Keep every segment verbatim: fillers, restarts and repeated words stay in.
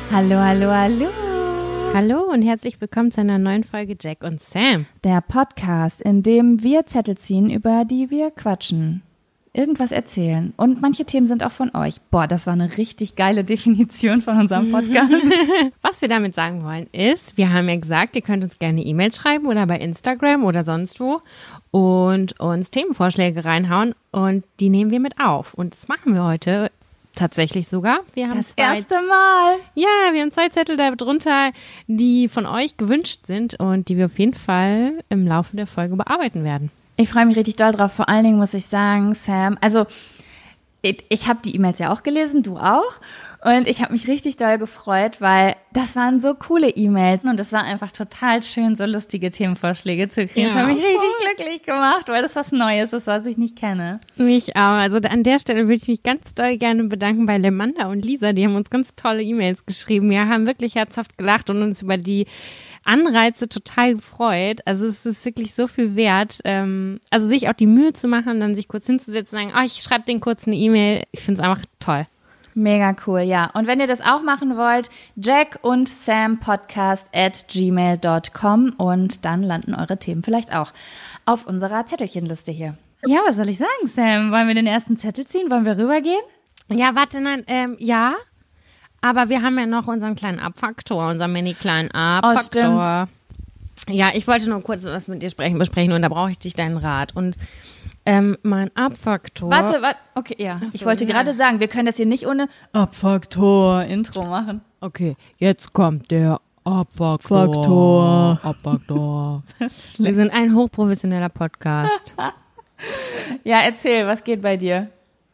Hallo, hallo, hallo. Hallo und herzlich willkommen zu einer neuen Folge Jack und Sam. Der Podcast, in dem wir Zettel ziehen, über die wir quatschen, irgendwas erzählen. Und manche Themen sind auch von euch. Boah, das war eine richtig geile Definition von unserem Podcast. Was wir damit sagen wollen ist, wir haben ja gesagt, ihr könnt uns gerne E-Mail schreiben oder bei Instagram oder sonst wo und uns Themenvorschläge reinhauen und die nehmen wir mit auf. Und das machen wir heute tatsächlich sogar. Wir haben Das zwei, erste Mal. Ja, wir haben zwei Zettel darunter, die von euch gewünscht sind und die wir auf jeden Fall im Laufe der Folge bearbeiten werden. Ich freue mich richtig doll drauf. Vor allen Dingen muss ich sagen, Sam, also ich, ich habe die E-Mails ja auch gelesen, du auch. Und ich habe mich richtig doll gefreut, weil das waren so coole E-Mails. Und es war einfach total schön, so lustige Themenvorschläge zu kriegen. Ja, das hat mich voll. richtig glücklich gemacht, weil das was Neues ist, was ich nicht kenne. Mich auch. Also an der Stelle würde ich mich ganz doll gerne bedanken bei Lemanda und Lisa. Die haben uns ganz tolle E-Mails geschrieben. Wir haben wirklich herzhaft gelacht und uns über die Anreize total gefreut. Also es ist wirklich so viel wert. Ähm, also sich auch die Mühe zu machen, dann sich kurz hinzusetzen und sagen, oh, ich schreibe denen kurz eine E-Mail. Ich finde es einfach toll. Mega cool, ja. Und wenn ihr das auch machen wollt, Jack und Sam Podcast at gmail dot com und dann landen eure Themen vielleicht auch auf unserer Zettelchenliste hier. Ja, was soll ich sagen, Sam? Wollen wir den ersten Zettel ziehen? Wollen wir rübergehen? Ja, warte, nein, ähm, ja. Aber wir haben ja noch unseren kleinen Abfaktor, unseren mini-kleinen Abfaktor. Oh, ja, ich wollte nur kurz was mit dir sprechen, besprechen und da brauche ich dich deinen Rat. Und ähm, mein Abfaktor. Warte, warte, okay, ja. So, ich wollte ja. gerade sagen, wir können das hier nicht ohne Abfaktor-Intro machen. Okay, jetzt kommt der Abfaktor. Faktor. Abfaktor. Wir sind ein hochprofessioneller Podcast. Ja, erzähl, was geht bei dir?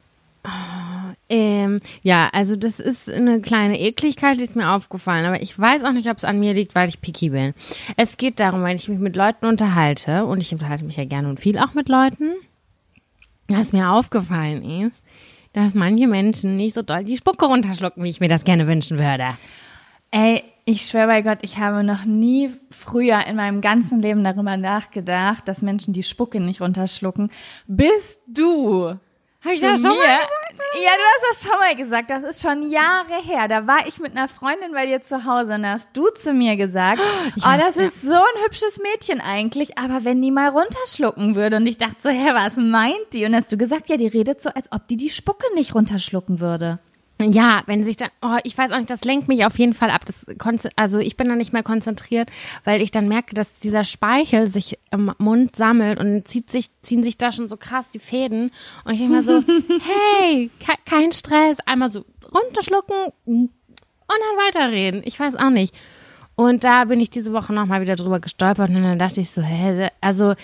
Ähm, ja, also das ist eine kleine Ekligkeit, die ist mir aufgefallen, aber ich weiß auch nicht, ob es an mir liegt, weil ich picky bin. Es geht darum, wenn ich mich mit Leuten unterhalte, und ich unterhalte mich ja gerne und viel auch mit Leuten, was mir aufgefallen ist, dass manche Menschen nicht so doll die Spucke runterschlucken, wie ich mir das gerne wünschen würde. Ey, ich schwöre bei Gott, ich habe noch nie früher in meinem ganzen Leben darüber nachgedacht, dass Menschen die Spucke nicht runterschlucken, bis du Hab ich zu das mir, schon mal gesagt? ja, du hast das schon mal gesagt, das ist schon Jahre her, da war ich mit einer Freundin bei dir zu Hause und da hast du zu mir gesagt, Ich oh, weiß, das ja. ist so ein hübsches Mädchen eigentlich, aber wenn die mal runterschlucken würde und ich dachte so, hä, was meint die? Und dann hast du gesagt, ja, die redet so, als ob die die Spucke nicht runterschlucken würde. Ja, wenn sich dann, oh, ich weiß auch nicht, das lenkt mich auf jeden Fall ab. Das, also ich bin da nicht mehr konzentriert, weil ich dann merke, dass dieser Speichel sich im Mund sammelt und zieht sich, ziehen sich da schon so krass die Fäden. Und ich denke mal so, hey, ke- kein Stress, einmal so runterschlucken und dann weiterreden. Ich weiß auch nicht. Und da bin ich diese Woche nochmal wieder drüber gestolpert und dann dachte ich so, hä, also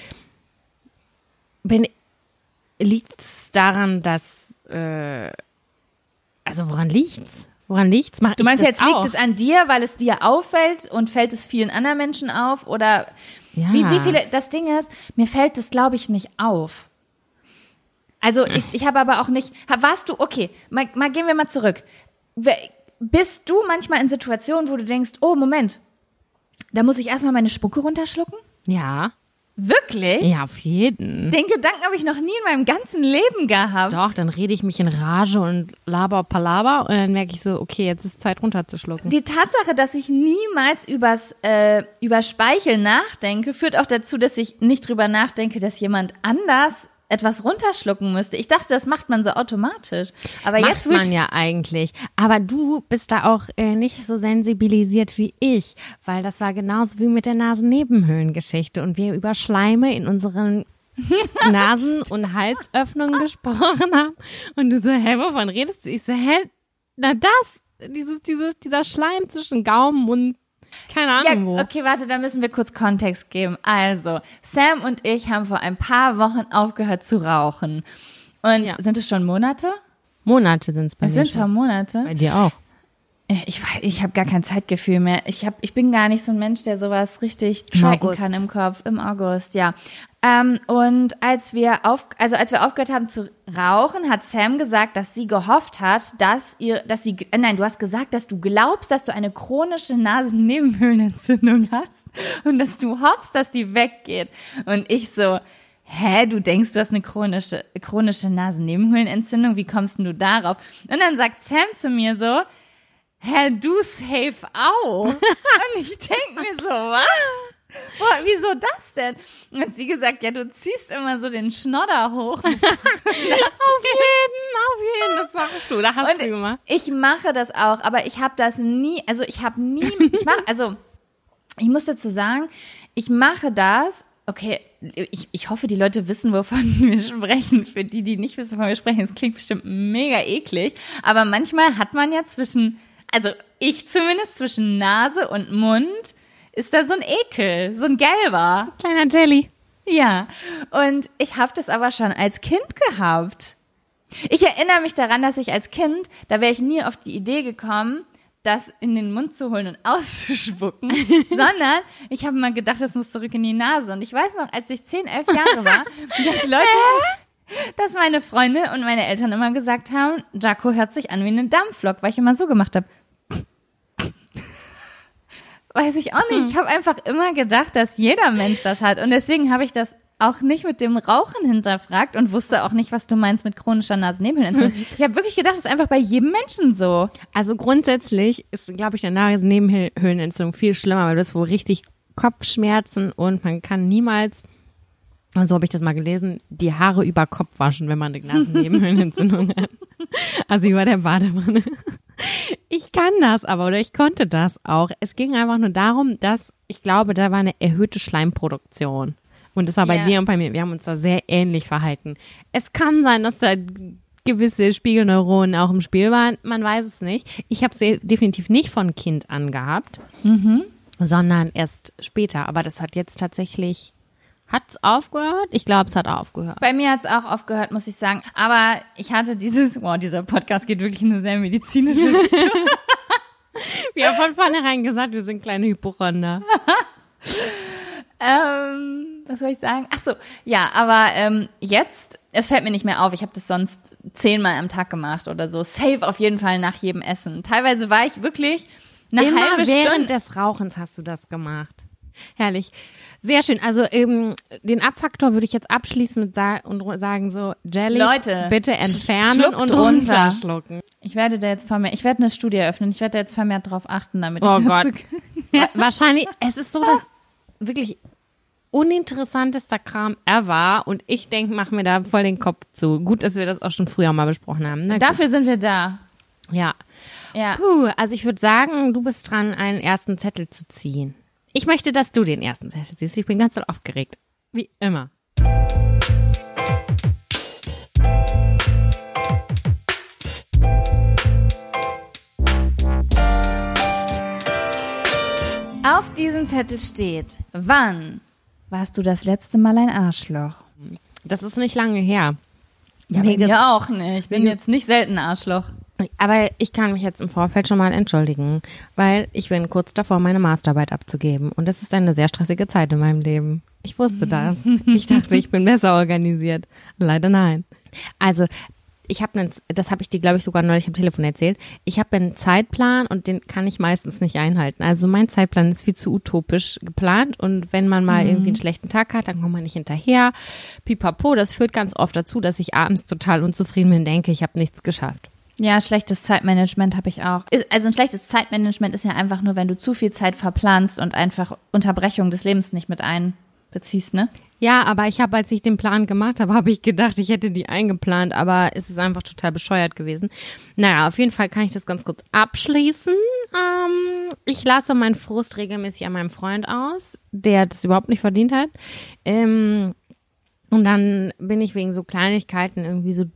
bin, liegt's daran, dass, äh, Also woran liegt's? Woran liegt's? Mach Du meinst ich jetzt, das liegt auch? es an dir, weil es dir auffällt und fällt es vielen anderen Menschen auf? Oder Ja. wie, wie viele, das Ding ist, mir fällt es, glaube ich, nicht auf. Also ich, ich habe aber auch nicht, warst du, okay, mal, mal gehen wir mal zurück. Wer- Bist du manchmal in Situationen, wo du denkst, oh Moment, da muss ich erstmal meine Spucke runterschlucken? Ja. Wirklich? Ja, auf jeden. Den Gedanken habe ich noch nie in meinem ganzen Leben gehabt. Doch, dann rede ich mich in Rage und laber Palaber und dann merke ich so, okay, jetzt ist Zeit runterzuschlucken. Die Tatsache, dass ich niemals übers, äh, über Speichel nachdenke, führt auch dazu, dass ich nicht drüber nachdenke, dass jemand anders etwas runterschlucken müsste. Ich dachte, das macht man so automatisch. Aber Macht jetzt, wo ich, man ja eigentlich. Aber du bist da auch äh, nicht so sensibilisiert wie ich, weil das war genauso wie mit der Nasennebenhöhlengeschichte und wir über Schleime in unseren Nasen- und Halsöffnungen gesprochen haben. Und du so, hä, wovon redest du? Ich so, hä, na das, dieses, dieses, dieser Schleim zwischen Gaumen und keine Ahnung wo. ja, okay, warte, da müssen wir kurz Kontext geben. Also, Sam und ich haben vor ein paar Wochen aufgehört zu rauchen. Und Ja. sind es schon Monate? Monate sind es bei Es mir sind schon Monate. Bei dir auch. Ich weiß, ich habe gar kein Zeitgefühl mehr. Ich hab, ich bin gar nicht so ein Mensch, der sowas richtig tracken August. kann im Kopf. Im August, ja. Ähm, und als wir auf, also als wir aufgehört haben zu rauchen, hat Sam gesagt, dass sie gehofft hat, dass ihr, dass sie, äh, nein, du hast gesagt, dass du glaubst, dass du eine chronische Nasennebenhöhlenentzündung hast und dass du hoffst, dass die weggeht. Und ich so, hä, du denkst, du hast eine chronische, chronische Nasennebenhöhlenentzündung? Wie kommst denn du darauf? Und dann sagt Sam zu mir so, hä, du safe auch. Und ich denke mir so, was? Boah, wieso das denn? Und hat sie gesagt, ja, du ziehst immer so den Schnodder hoch. Auf jeden, auf jeden, das machst du, da hast Und du gemacht. Ich mache das auch, aber ich habe das nie, also ich habe nie, ich mache, also ich muss dazu sagen, ich mache das, okay, ich, ich hoffe, die Leute wissen, wovon wir sprechen. Für die, die nicht wissen, wovon wir sprechen, es klingt bestimmt mega eklig, aber manchmal hat man ja zwischen, also ich zumindest zwischen Nase und Mund, ist da so ein Ekel, so ein gelber. Kleiner Jelly. Ja, und ich habe das aber schon als Kind gehabt. Ich erinnere mich daran, dass ich als Kind, da wäre ich nie auf die Idee gekommen, das in den Mund zu holen und auszuspucken, sondern ich habe mal gedacht, das muss zurück in die Nase. Und ich weiß noch, als ich zehn, elf Jahre war, dass Leute, dass meine Freunde und meine Eltern immer gesagt haben, Jaco hört sich an wie eine Dampflok, weil ich immer so gemacht habe. Weiß ich auch nicht. Ich habe einfach immer gedacht, dass jeder Mensch das hat. Und deswegen habe ich das auch nicht mit dem Rauchen hinterfragt und wusste auch nicht, was du meinst mit chronischer Nasennebenhöhlenentzündung. Ich habe wirklich gedacht, das ist einfach bei jedem Menschen so. Also grundsätzlich ist, glaube ich, eine Nasennebenhöhlenentzündung viel schlimmer, weil du hast wohl richtig Kopfschmerzen und man kann niemals, und so habe ich das mal gelesen, die Haare über Kopf waschen, wenn man eine Nasennebenhöhlenentzündung hat. Also über der Badewanne. Ich kann das aber, oder ich konnte das auch. Es ging einfach nur darum, dass, ich glaube, da war eine erhöhte Schleimproduktion. Und das war bei Ja. dir und bei mir. Wir haben uns da sehr ähnlich verhalten. Es kann sein, dass da gewisse Spiegelneuronen auch im Spiel waren. Man weiß es nicht. Ich habe sie definitiv nicht von Kind an gehabt, Mhm. sondern erst später. Aber das hat jetzt tatsächlich, hat's aufgehört? Ich glaube, es hat aufgehört. Bei mir hat es auch aufgehört, muss ich sagen. Aber ich hatte dieses, wow, dieser Podcast geht wirklich in eine sehr medizinische Richtung. Wir haben von vornherein gesagt, wir sind kleine Hypochonder. ähm, was soll ich sagen? Ach so, ja, aber ähm, jetzt, es fällt mir nicht mehr auf. Ich habe das sonst zehnmal am Tag gemacht oder so. Safe auf jeden Fall nach jedem Essen. Teilweise war ich wirklich eine Immer halbe während Stunde. des Rauchens hast du das gemacht. Herrlich. Sehr schön. Also ähm, den Abfaktor würde ich jetzt abschließen mit sa- und sagen so, Jelly, Leute, bitte entfernen schluckt und runter. runterschlucken. Ich werde da jetzt vermehrt, ich werde eine Studie eröffnen. Ich werde da jetzt vermehrt drauf achten, damit Oh ich dazu Gott. Wa- Wahrscheinlich, es ist so das wirklich uninteressantester Kram ever und ich denke, mach mir da voll den Kopf zu. Gut, dass wir das auch schon früher mal besprochen haben. Na gut. Dafür sind wir da. Ja. Ja. Puh, also ich würde sagen, du bist dran, einen ersten Zettel zu ziehen. Ich möchte, dass du den ersten Zettel ziehst. Ich bin ganz doll aufgeregt. Wie immer. Auf diesem Zettel steht, wann warst du das letzte Mal ein Arschloch? Das ist nicht lange her. Ja, Mir bei ges- mir auch nicht. Ich bin mir- jetzt nicht selten Arschloch. Aber ich kann mich jetzt im Vorfeld schon mal entschuldigen, weil ich bin kurz davor, meine Masterarbeit abzugeben. Und das ist eine sehr stressige Zeit in meinem Leben. Ich wusste das. Ich dachte, ich bin besser organisiert. Leider nein. Also, ich habe einen, das habe ich dir, glaube ich, sogar neulich am Telefon erzählt. Ich habe einen Zeitplan und den kann ich meistens nicht einhalten. Also mein Zeitplan ist viel zu utopisch geplant und wenn man mal irgendwie einen schlechten Tag hat, dann kommt man nicht hinterher. Pipapo, das führt ganz oft dazu, dass ich abends total unzufrieden bin und denke, ich habe nichts geschafft. Ja, schlechtes Zeitmanagement habe ich auch. Ist- Also ein schlechtes Zeitmanagement ist ja einfach nur, wenn du zu viel Zeit verplanst und einfach Unterbrechung des Lebens nicht mit einbeziehst, ne? Ja, aber ich habe, als ich den Plan gemacht habe, habe ich gedacht, ich hätte die eingeplant, aber es ist einfach total bescheuert gewesen. Naja, auf jeden Fall kann ich das ganz kurz abschließen. Ähm, ich lasse meinen Frust regelmäßig an meinem Freund aus, der das überhaupt nicht verdient hat. Ähm, und dann bin ich wegen so Kleinigkeiten irgendwie so,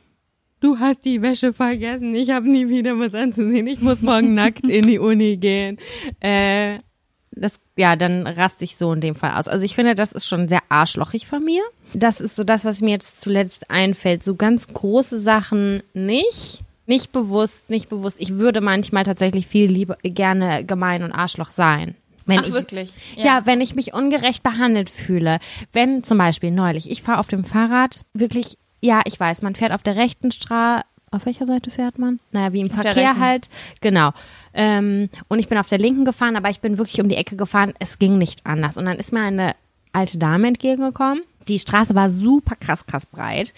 du hast die Wäsche vergessen, ich habe nie wieder was anzusehen, ich muss morgen nackt in die Uni gehen. Äh, das, ja, dann raste ich so in dem Fall aus. Also ich finde, das ist schon sehr arschlochig von mir. Das ist so das, was mir jetzt zuletzt einfällt. So ganz große Sachen nicht. Nicht bewusst, nicht bewusst. Ich würde manchmal tatsächlich viel lieber gerne gemein und Arschloch sein. Wenn Ach, ich, wirklich? Ja. Ja. wenn ich mich ungerecht behandelt fühle. Wenn zum Beispiel neulich, ich fahre auf dem Fahrrad, wirklich, ja, ich weiß, man fährt auf der rechten Straße. Auf welcher Seite fährt man? Naja, wie im Auf der Verkehr rechten. halt. Genau. Ähm, und ich bin auf der linken gefahren, aber ich bin wirklich um die Ecke gefahren. Es ging nicht anders. Und dann ist mir eine alte Dame entgegengekommen. Die Straße war super krass, krass breit.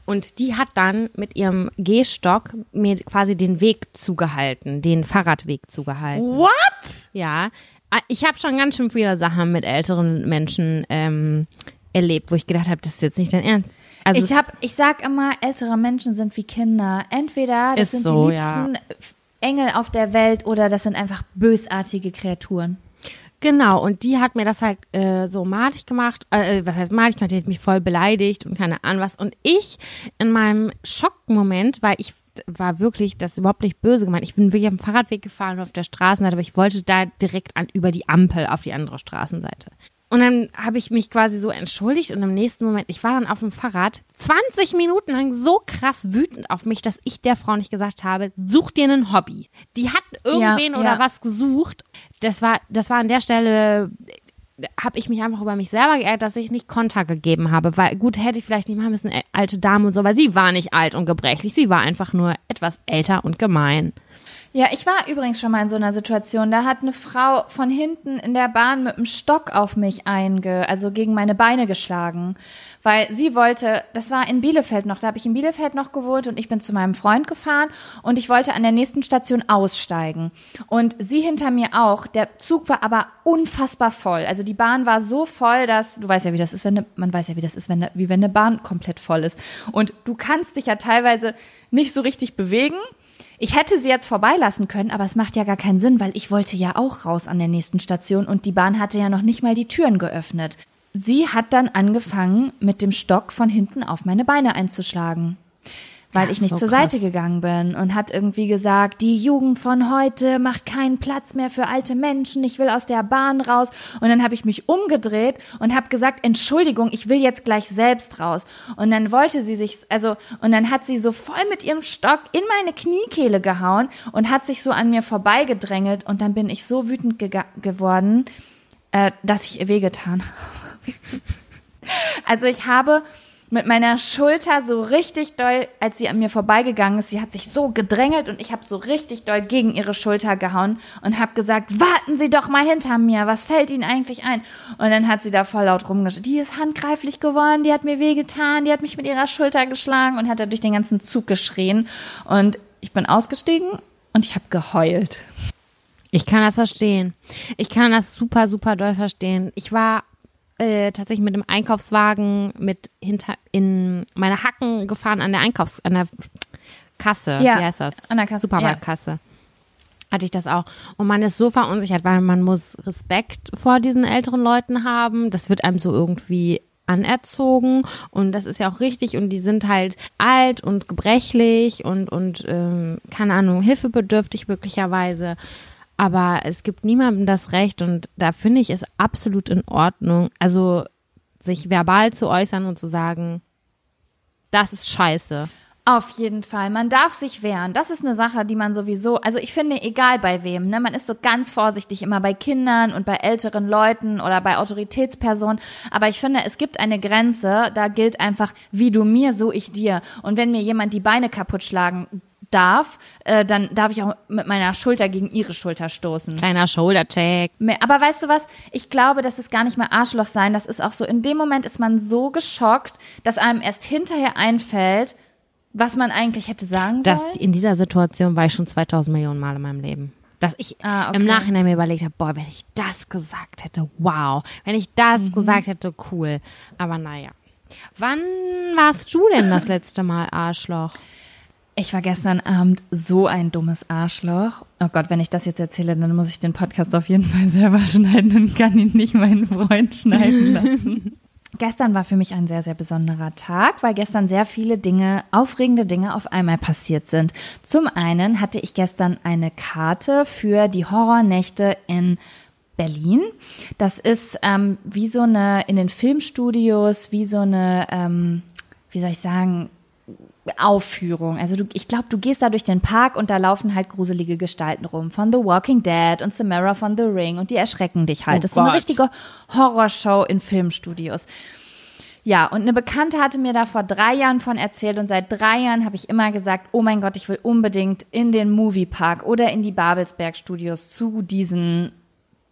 Und die hat dann mit ihrem Gehstock mir quasi den Weg zugehalten, den Fahrradweg zugehalten. What? Ja, ich habe schon ganz schön viele Sachen mit älteren Menschen ähm, erlebt, wo ich gedacht habe, das ist jetzt nicht dein Ernst. Also ich, hab, ich sag immer, ältere Menschen sind wie Kinder. Entweder das sind so, die liebsten ja. Engel auf der Welt oder das sind einfach bösartige Kreaturen. Genau, und die hat mir das halt äh, so malig gemacht, äh, was heißt malig gemacht, die hat mich voll beleidigt und keine Ahnung was. Und ich in meinem Schockmoment, weil ich war wirklich, das ist überhaupt nicht böse gemeint, ich bin wirklich auf dem Fahrradweg gefahren auf der Straßenseite, aber ich wollte da direkt an, über die Ampel auf die andere Straßenseite. Und dann habe ich mich quasi so entschuldigt und im nächsten Moment, ich war dann auf dem Fahrrad zwanzig Minuten lang so krass wütend auf mich, dass ich der Frau nicht gesagt habe, such dir ein Hobby. Die hat irgendwen ja, oder ja. was gesucht. Das war, das war an der Stelle, habe ich mich einfach über mich selber geärgert, dass ich nicht Konter gegeben habe. Weil gut, hätte ich vielleicht nicht machen müssen, alte Dame und so, weil sie war nicht alt und gebrechlich. Sie war einfach nur etwas älter und gemein. Ja, ich war übrigens schon mal in so einer Situation, da hat eine Frau von hinten in der Bahn mit einem Stock auf mich einge, also gegen meine Beine geschlagen, weil sie wollte, das war in Bielefeld noch, da habe ich in Bielefeld noch gewohnt und ich bin zu meinem Freund gefahren und ich wollte an der nächsten Station aussteigen und sie hinter mir auch, der Zug war aber unfassbar voll, also die Bahn war so voll, dass, du weißt ja, wie das ist, wenn ne, man weiß ja, wie das ist, wenn ne, wie wenn eine Bahn komplett voll ist und du kannst dich ja teilweise nicht so richtig bewegen. Ich hätte sie jetzt vorbeilassen können, aber es macht ja gar keinen Sinn, weil ich wollte ja auch raus an der nächsten Station und die Bahn hatte ja noch nicht mal die Türen geöffnet. Sie hat dann angefangen, mit dem Stock von hinten auf meine Beine einzuschlagen, weil ich nicht so zur krass. Seite gegangen bin und hat irgendwie gesagt, die Jugend von heute macht keinen Platz mehr für alte Menschen, ich will aus der Bahn raus. Und dann habe ich mich umgedreht und habe gesagt, Entschuldigung, ich will jetzt gleich selbst raus. Und dann wollte sie sich, also, und dann hat sie so voll mit ihrem Stock in meine Kniekehle gehauen und hat sich so an mir vorbeigedrängelt und dann bin ich so wütend ge- geworden, äh, dass ich ihr wehgetan habe. Also ich habe mit meiner Schulter so richtig doll, als sie an mir vorbeigegangen ist, sie hat sich so gedrängelt und ich habe so richtig doll gegen ihre Schulter gehauen und habe gesagt, warten Sie doch mal hinter mir, was fällt Ihnen eigentlich ein? Und dann hat sie da voll laut rumgeschrien, die ist handgreiflich geworden, die hat mir wehgetan, die hat mich mit ihrer Schulter geschlagen und hat da durch den ganzen Zug geschrien und ich bin ausgestiegen und ich habe geheult. Ich kann das verstehen. Ich kann das super, super doll verstehen. Ich war Äh, tatsächlich mit dem Einkaufswagen mit hinter in meine Hacken gefahren an der Einkaufs an der Kasse, Ja, wie heißt das? an der Kasse, Supermarktkasse. Hatte ich das auch. Und man ist so verunsichert, weil man muss Respekt vor diesen älteren Leuten haben. Das wird einem so irgendwie anerzogen und das ist ja auch richtig und die sind halt alt und gebrechlich und, und ähm, keine Ahnung, hilfebedürftig möglicherweise. Aber es gibt niemandem das Recht und da finde ich es absolut in Ordnung, also sich verbal zu äußern und zu sagen, das ist scheiße. Auf jeden Fall. Man darf sich wehren. Das ist eine Sache, die man sowieso, also ich finde, egal bei wem, ne, man ist so ganz vorsichtig immer bei Kindern und bei älteren Leuten oder bei Autoritätspersonen. Aber ich finde, es gibt eine Grenze, da gilt einfach, wie du mir, so ich dir. Und wenn mir jemand die Beine kaputt schlagen darf, äh, dann darf ich auch mit meiner Schulter gegen ihre Schulter stoßen. Kleiner Shoulder-Check. Aber weißt du was? Ich glaube, das ist gar nicht mehr Arschloch sein. Das ist auch so, in dem Moment ist man so geschockt, dass einem erst hinterher einfällt, was man eigentlich hätte sagen Das, sollen. in dieser Situation war ich schon zweitausend Millionen Mal in meinem Leben. Dass ich Ah, okay. im Nachhinein mir überlegt habe, boah, wenn ich das gesagt hätte, wow. Wenn ich das Mhm. gesagt hätte, cool. Aber naja. Wann warst du denn das letzte Mal Arschloch? Ich war gestern Abend so ein dummes Arschloch. Oh Gott, wenn ich das jetzt erzähle, dann muss ich den Podcast auf jeden Fall selber schneiden und kann ihn nicht meinen Freund schneiden lassen. Gestern war für mich ein sehr, sehr besonderer Tag, weil gestern sehr viele Dinge, aufregende Dinge auf einmal passiert sind. Zum einen hatte ich gestern eine Karte für die Horrornächte in Berlin. Das ist ähm, wie so eine, in den Filmstudios, wie so eine, ähm, wie soll ich sagen, Aufführung. Also du, ich glaube, du gehst da durch den Park und da laufen halt gruselige Gestalten rum. Von The Walking Dead und Samara von The Ring und die erschrecken dich halt. Oh das ist so eine Gott. richtige Horrorshow in Filmstudios. Ja, und eine Bekannte hatte mir da vor drei Jahren von erzählt und seit drei Jahren habe ich immer gesagt, oh mein Gott, ich will unbedingt in den Moviepark oder in die Babelsberg Studios zu diesen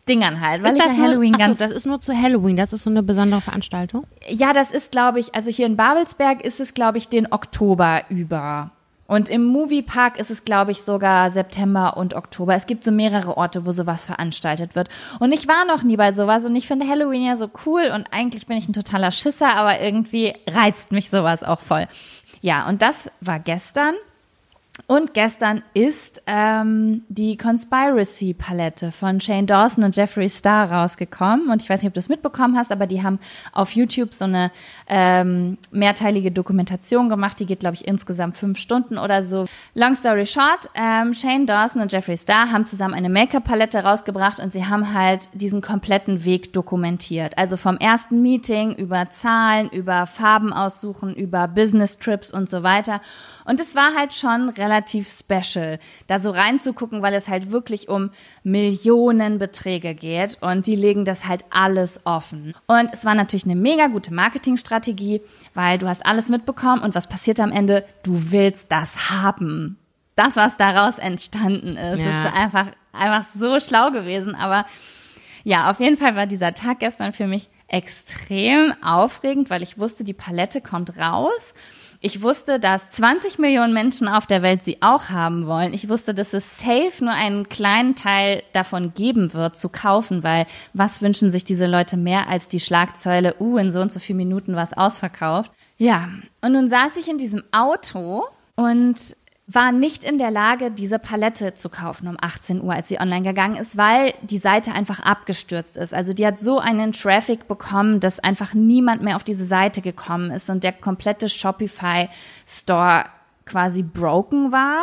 Dingern halt. Weil ist das ich ja Halloween nur, achso, ganz das ist nur zu Halloween, das ist so eine besondere Veranstaltung? Ja, das ist, glaube ich, also hier in Babelsberg ist es, glaube ich, den Oktober über. Und im Moviepark ist es, glaube ich, sogar September und Oktober. Es gibt so mehrere Orte, wo sowas veranstaltet wird. Und ich war noch nie bei sowas und ich finde Halloween ja so cool und eigentlich bin ich ein totaler Schisser, aber irgendwie reizt mich sowas auch voll. Ja, und das war gestern. Und gestern ist ähm, die Conspiracy-Palette von Shane Dawson und Jeffree Star rausgekommen. Und ich weiß nicht, ob du es mitbekommen hast, aber die haben auf YouTube so eine ähm, mehrteilige Dokumentation gemacht. Die geht, glaube ich, insgesamt fünf Stunden oder so. Long story short, ähm, Shane Dawson und Jeffree Star haben zusammen eine Make-up-Palette rausgebracht und sie haben halt diesen kompletten Weg dokumentiert. Also vom ersten Meeting über Zahlen, über Farben aussuchen, über Business-Trips und so weiter. Und es war halt schon relativ special, da so reinzugucken, weil es halt wirklich um Millionenbeträge geht und die legen das halt alles offen. Und es war natürlich eine mega gute Marketingstrategie, weil du hast alles mitbekommen und was passiert am Ende? Du willst das haben. Das, was daraus entstanden ist, ja. ist einfach, einfach so schlau gewesen. Aber ja, auf jeden Fall war dieser Tag gestern für mich extrem aufregend, weil ich wusste, die Palette kommt raus. Ich wusste, dass zwanzig Millionen Menschen auf der Welt sie auch haben wollen. Ich wusste, dass es safe nur einen kleinen Teil davon geben wird, zu kaufen, weil was wünschen sich diese Leute mehr als die Schlagzeile, uh, in so und so vielen Minuten war es ausverkauft. Ja, und nun saß ich in diesem Auto und war nicht in der Lage, diese Palette zu kaufen um achtzehn Uhr, als sie online gegangen ist, weil die Seite einfach abgestürzt ist. Also die hat so einen Traffic bekommen, dass einfach niemand mehr auf diese Seite gekommen ist und der komplette Shopify-Store quasi broken war.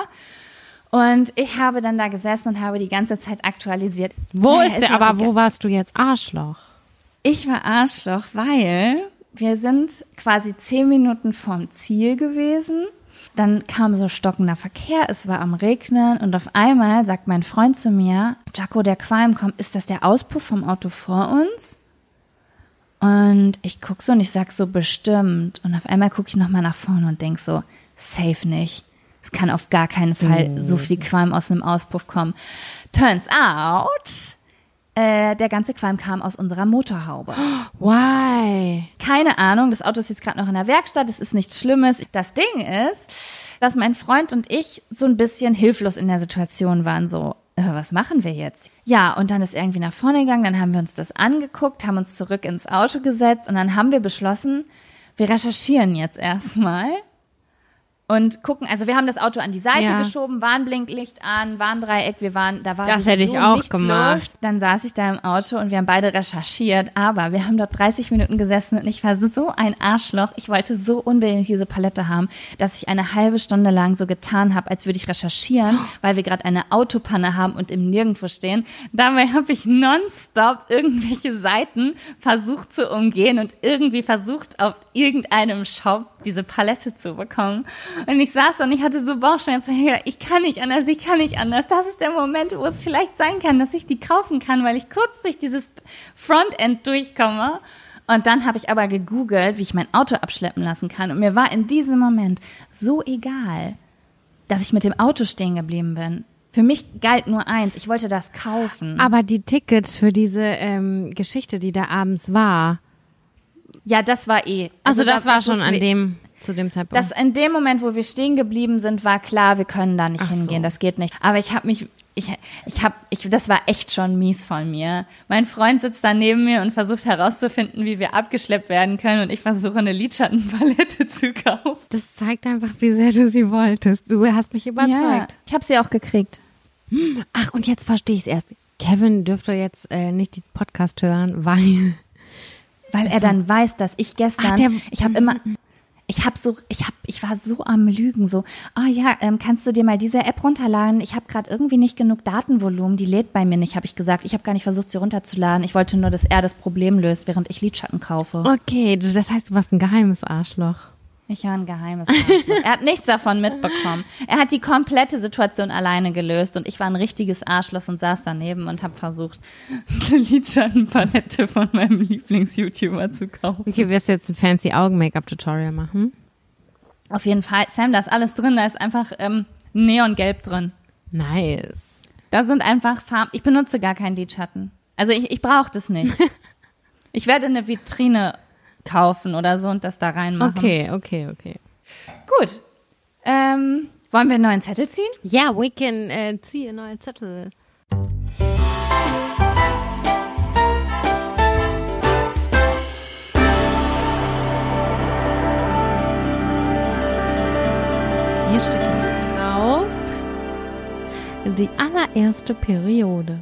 Und ich habe dann da gesessen und habe die ganze Zeit aktualisiert. Wo naja, ist der, aber egal. Wo warst du jetzt Arschloch? Ich war Arschloch, weil wir sind quasi zehn Minuten vom Ziel gewesen. Dann kam so stockender Verkehr, es war am Regnen und auf einmal sagt mein Freund zu mir, Jaco, der Qualm kommt, ist das der Auspuff vom Auto vor uns? Und ich guck so und ich sag so, bestimmt. Und auf einmal gucke ich nochmal nach vorne und denk so, safe nicht. Es kann auf gar keinen Fall mm. so viel Qualm aus einem Auspuff kommen. Turns out, äh, der ganze Qualm kam aus unserer Motorhaube. Why? Keine Ahnung, das Auto ist jetzt gerade noch in der Werkstatt, es ist nichts Schlimmes. Das Ding ist, dass mein Freund und ich so ein bisschen hilflos in der Situation waren, so, äh, was machen wir jetzt? Ja, und dann ist er irgendwie nach vorne gegangen, dann haben wir uns das angeguckt, haben uns zurück ins Auto gesetzt und dann haben wir beschlossen, wir recherchieren jetzt erstmal. Und gucken, also wir haben das Auto an die Seite ja. geschoben, Warnblinklicht an, Warndreieck, wir waren, da war das hätte ich auch gemacht. Los. Dann saß ich da im Auto und wir haben beide recherchiert, aber wir haben dort dreißig Minuten gesessen und ich war so ein Arschloch. Ich wollte so unbedingt diese Palette haben, dass ich eine halbe Stunde lang so getan habe, als würde ich recherchieren, weil wir gerade eine Autopanne haben und im Nirgendwo stehen. Dabei habe ich nonstop irgendwelche Seiten versucht zu umgehen und irgendwie versucht, auf irgendeinem Shop diese Palette zu bekommen. Und ich saß da und ich hatte so Bauchschmerzen. Ich kann nicht anders, ich kann nicht anders. Das ist der Moment, wo es vielleicht sein kann, dass ich die kaufen kann, weil ich kurz durch dieses Frontend durchkomme. Und dann habe ich aber gegoogelt, wie ich mein Auto abschleppen lassen kann. Und mir war in diesem Moment so egal, dass ich mit dem Auto stehen geblieben bin. Für mich galt nur eins, ich wollte das kaufen. Aber die Tickets für diese ähm, Geschichte, die da abends war. Ja, das war eh. Also, also das, das war schon an dem... Zu dem Zeitpunkt. Das in dem Moment, wo wir stehen geblieben sind, war klar, wir können da nicht Ach hingehen, so. Das geht nicht. Aber ich habe mich, ich, ich habe, ich, das war echt schon mies von mir. Mein Freund sitzt da neben mir und versucht herauszufinden, wie wir abgeschleppt werden können und ich versuche eine Lidschattenpalette zu kaufen. Das zeigt einfach, wie sehr du sie wolltest. Du hast mich überzeugt. Ja, ich habe sie auch gekriegt. Ach, und jetzt verstehe ich es erst. Kevin dürfte jetzt äh, nicht diesen Podcast hören, weil... Weil er dann weiß, dass ich gestern, Ach, der, ich habe immer... Ich habe so, ich habe, ich war so am Lügen, so, ah oh ja, ähm, kannst du dir mal diese App runterladen? Ich habe gerade irgendwie nicht genug Datenvolumen, die lädt bei mir nicht, habe ich gesagt. Ich habe gar nicht versucht, sie runterzuladen. Ich wollte nur, dass er das Problem löst, während ich Lidschatten kaufe. Okay, du, das heißt, du warst ein geheimes Arschloch. Ich war ein geheimes Arschloch. Er hat nichts davon mitbekommen. Er hat die komplette Situation alleine gelöst und ich war ein richtiges Arschloch und saß daneben und habe versucht, eine Lidschattenpalette von meinem Lieblings-YouTuber zu kaufen. Okay, wirst du jetzt ein fancy Augen-Make-up-Tutorial machen? Auf jeden Fall. Sam, da ist alles drin. Da ist einfach ähm, Neongelb drin. Nice. Da sind einfach Farben. Ich benutze gar keinen Lidschatten. Also ich, ich brauche das nicht. Ich werde eine Vitrine kaufen oder so und das da reinmachen. Okay, okay, okay. Gut. Ähm, wollen wir einen neuen Zettel ziehen? Ja, yeah, we can äh, zieh einen neuen Zettel. Hier steht jetzt drauf, die allererste Periode.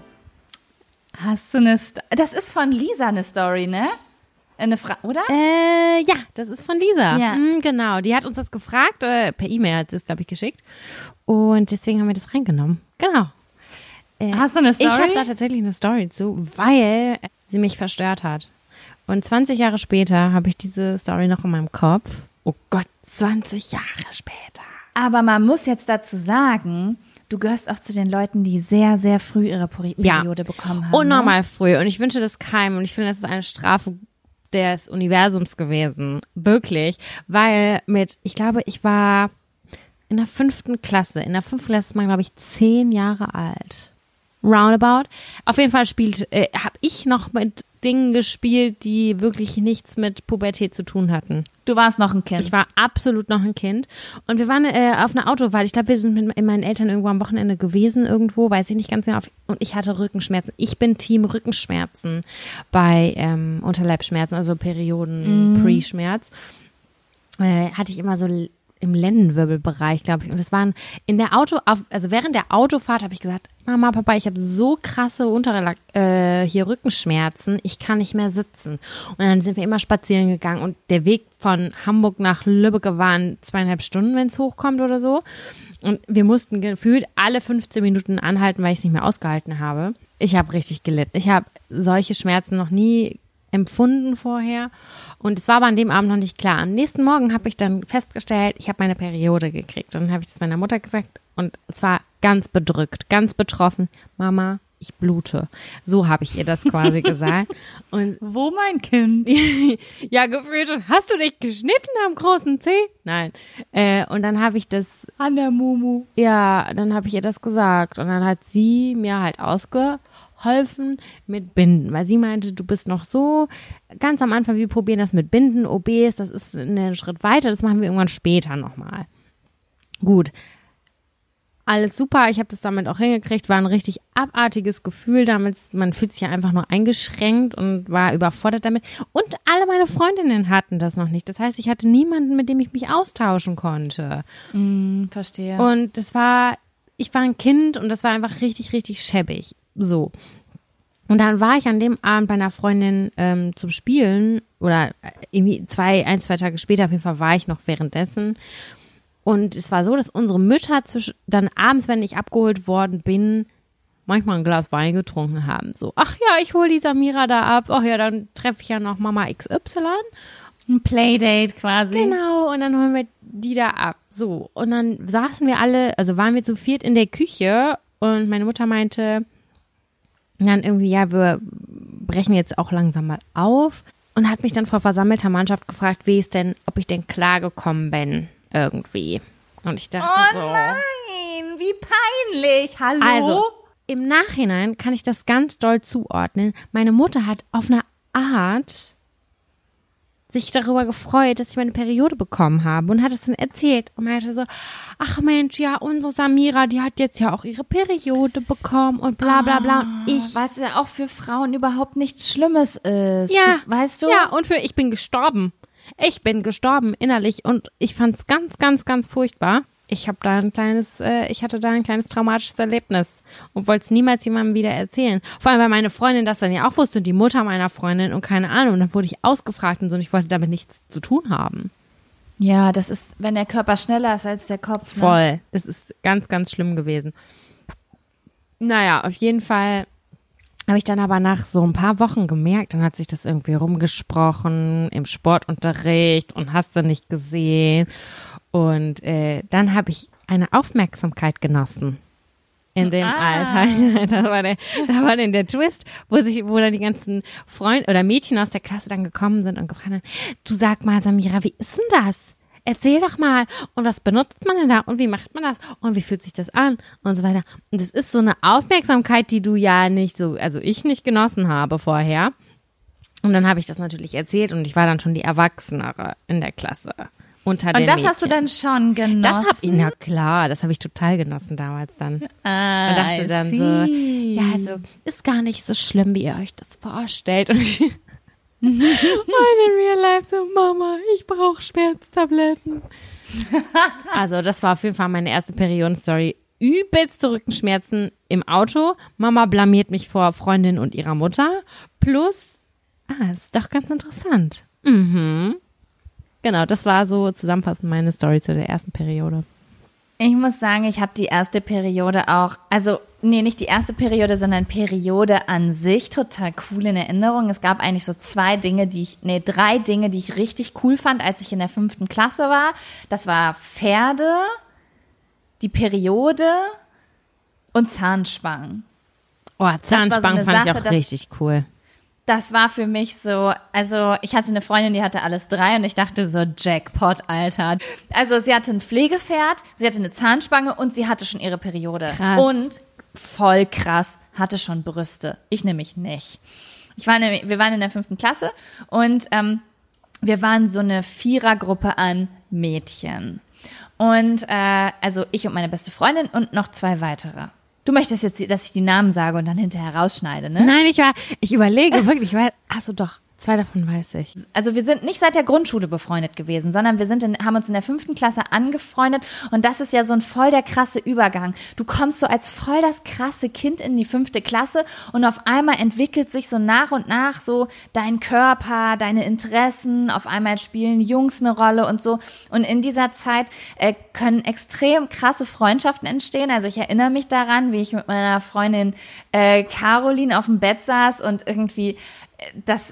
Hast du eine Sto- Das ist von Lisa eine Story, ne? Eine Frage, oder? Äh, ja, das ist von Lisa. Ja. Mhm, genau, die hat uns das gefragt, äh, per E-Mail hat sie es, glaube ich, geschickt. Und deswegen haben wir das reingenommen. Genau. Äh, Hast du eine Story? Ich habe da tatsächlich eine Story zu, weil sie mich verstört hat. Und zwanzig Jahre später habe ich diese Story noch in meinem Kopf. Oh Gott, zwanzig Jahre später. Aber man muss jetzt dazu sagen, du gehörst auch zu den Leuten, die sehr, sehr früh ihre Peri- Periode ja. bekommen haben. Unnormal ne? früh. Und ich wünsche das keinem. Und ich finde, das ist eine Strafe des Universums gewesen. Wirklich. Weil mit, ich glaube, ich war in der fünften Klasse. In der fünften Klasse ist man, glaube ich, zehn Jahre alt. Roundabout. Auf jeden Fall spielt, äh, habe ich noch mit Dingen gespielt, die wirklich nichts mit Pubertät zu tun hatten. Du warst noch ein Kind. Ich war absolut noch ein Kind. Und wir waren äh, auf einer Autofahrt. Ich glaube, wir sind mit meinen Eltern irgendwo am Wochenende gewesen, irgendwo, weiß ich nicht ganz genau. Und ich hatte Rückenschmerzen. Ich bin Team Rückenschmerzen bei ähm, Unterleibsschmerzen, also Perioden, mm. Pre-Schmerz. Äh, hatte ich immer so im Lendenwirbelbereich, glaube ich. Und es waren in der Auto, auf, also während der Autofahrt habe ich gesagt, Mama, Papa, ich habe so krasse Unterlag, äh, hier Rückenschmerzen, ich kann nicht mehr sitzen. Und dann sind wir immer spazieren gegangen und der Weg von Hamburg nach Lübeck waren zweieinhalb Stunden, wenn es hochkommt oder so. Und wir mussten gefühlt alle fünfzehn Minuten anhalten, weil ich es nicht mehr ausgehalten habe. Ich habe richtig gelitten. Ich habe solche Schmerzen noch nie empfunden vorher. Und es war aber an dem Abend noch nicht klar. Am nächsten Morgen habe ich dann festgestellt, ich habe meine Periode gekriegt. Und dann habe ich das meiner Mutter gesagt und zwar ganz bedrückt, ganz betroffen. Mama, ich blute. So habe ich ihr das quasi gesagt. Und wo mein Kind? Ja, gefühlt schon. Hast du dich geschnitten am großen Zeh? Nein. Äh, und dann habe ich das an der Mumu. Ja, dann habe ich ihr das gesagt. Und dann hat sie mir halt ausgeholfen mit Binden, weil sie meinte, du bist noch so ganz am Anfang, wir probieren das mit Binden, O Bs, das ist ein Schritt weiter, das machen wir irgendwann später nochmal. Gut. Alles super, ich habe das damit auch hingekriegt, war ein richtig abartiges Gefühl damals, man fühlt sich ja einfach nur eingeschränkt und war überfordert damit und alle meine Freundinnen hatten das noch nicht, das heißt, ich hatte niemanden, mit dem ich mich austauschen konnte. Mm, verstehe. Und das war, ich war ein Kind und das war einfach richtig, richtig schäbig, so. Und dann war ich an dem Abend bei einer Freundin ähm, zum Spielen oder irgendwie zwei, ein, zwei Tage später, auf jeden Fall war ich noch währenddessen. Und es war so, dass unsere Mütter zwischen, dann abends, wenn ich abgeholt worden bin, manchmal ein Glas Wein getrunken haben. So, ach ja, ich hole die Samira da ab. Ach ja, dann treffe ich ja noch Mama X Y. Ein Playdate quasi. Genau, und dann holen wir die da ab. So, und dann saßen wir alle, also waren wir zu viert in der Küche und meine Mutter meinte dann irgendwie, ja, wir brechen jetzt auch langsam mal auf und hat mich dann vor versammelter Mannschaft gefragt, wie es denn, ob ich denn klargekommen bin. Irgendwie. Und ich dachte oh so. Oh nein, wie peinlich. Hallo? Also, im Nachhinein kann ich das ganz doll zuordnen. Meine Mutter hat auf eine Art sich darüber gefreut, dass ich meine Periode bekommen habe und hat es dann erzählt. Und meinte so, ach Mensch, ja, unsere Samira, die hat jetzt ja auch ihre Periode bekommen und bla bla bla. Und ich, was ja auch für Frauen überhaupt nichts Schlimmes ist. Ja, die, weißt du? Ja, und für ich bin gestorben. Ich bin gestorben innerlich und ich fand es ganz, ganz, ganz furchtbar. Ich habe da ein kleines, äh, ich hatte da ein kleines traumatisches Erlebnis und wollte es niemals jemandem wieder erzählen. Vor allem, weil meine Freundin das dann ja auch wusste und die Mutter meiner Freundin und keine Ahnung. Und dann wurde ich ausgefragt und so und ich wollte damit nichts zu tun haben. Ja, das ist, wenn der Körper schneller ist als der Kopf. Ne? Voll. Das ist ganz, ganz schlimm gewesen. Naja, auf jeden Fall habe ich dann aber nach so ein paar Wochen gemerkt, dann hat sich das irgendwie rumgesprochen im Sportunterricht und hast du nicht gesehen. Und äh, dann habe ich eine Aufmerksamkeit genossen in dem ah. Alter. Das war der, das war dann der Twist, wo sich, wo dann die ganzen Freunde oder Mädchen aus der Klasse dann gekommen sind und gefragt haben, du sag mal, Samira, wie ist denn das? erzähl doch mal. Und was benutzt man denn da? Und wie macht man das? Und wie fühlt sich das an? Und so weiter. Und es ist so eine Aufmerksamkeit, die du ja nicht so, also ich nicht genossen habe vorher. Und dann habe ich das natürlich erzählt und ich war dann schon die Erwachsenere in der Klasse. Unter den Und das Mädchen. hast du dann schon genossen? Das hab ich, na klar, das habe ich total genossen damals dann. Ah, und dachte I dann see. so, ja, also ist gar nicht so schlimm, wie ihr euch das vorstellt. Und ich heute in real life so, Mama, ich brauche Schmerztabletten. Also das war auf jeden Fall meine erste Periodenstory. Übelste Rückenschmerzen im Auto. Mama blamiert mich vor Freundin und ihrer Mutter. Plus, ah, ist doch ganz interessant. Mhm. Genau, das war so zusammenfassend meine Story zu der ersten Periode. Ich muss sagen, ich habe die erste Periode auch, also nee, nicht die erste Periode, sondern Periode an sich total cool in Erinnerung. Es gab eigentlich so zwei Dinge, die ich, nee, drei Dinge, die ich richtig cool fand, als ich in der fünften Klasse war. Das war Pferde, die Periode und Zahnspangen. Oh, Zahnspangen so fand Sache, ich auch das, richtig cool. Das war für mich so, also ich hatte eine Freundin, die hatte alles drei und ich dachte so, Jackpot, Alter. Also sie hatte ein Pflegepferd, sie hatte eine Zahnspange und sie hatte schon ihre Periode. Krass. Und voll krass, hatte schon Brüste. Ich nämlich nicht. Ich war nämlich, wir waren in der fünften Klasse und ähm, wir waren so eine Vierergruppe an Mädchen. Und äh, also ich und meine beste Freundin und noch zwei weitere. Du möchtest jetzt, dass ich die Namen sage und dann hinterher rausschneide, ne? Nein, ich war, ich überlege wirklich, weil, achso doch, zwei davon weiß ich. Also wir sind nicht seit der Grundschule befreundet gewesen, sondern wir sind in, haben uns in der fünften Klasse angefreundet und das ist ja so ein voll der krasse Übergang. Du kommst so als voll das krasse Kind in die fünfte Klasse und auf einmal entwickelt sich so nach und nach so dein Körper, deine Interessen, auf einmal spielen Jungs eine Rolle und so und in dieser Zeit äh, können extrem krasse Freundschaften entstehen. Also ich erinnere mich daran, wie ich mit meiner Freundin äh, Caroline auf dem Bett saß und irgendwie äh, das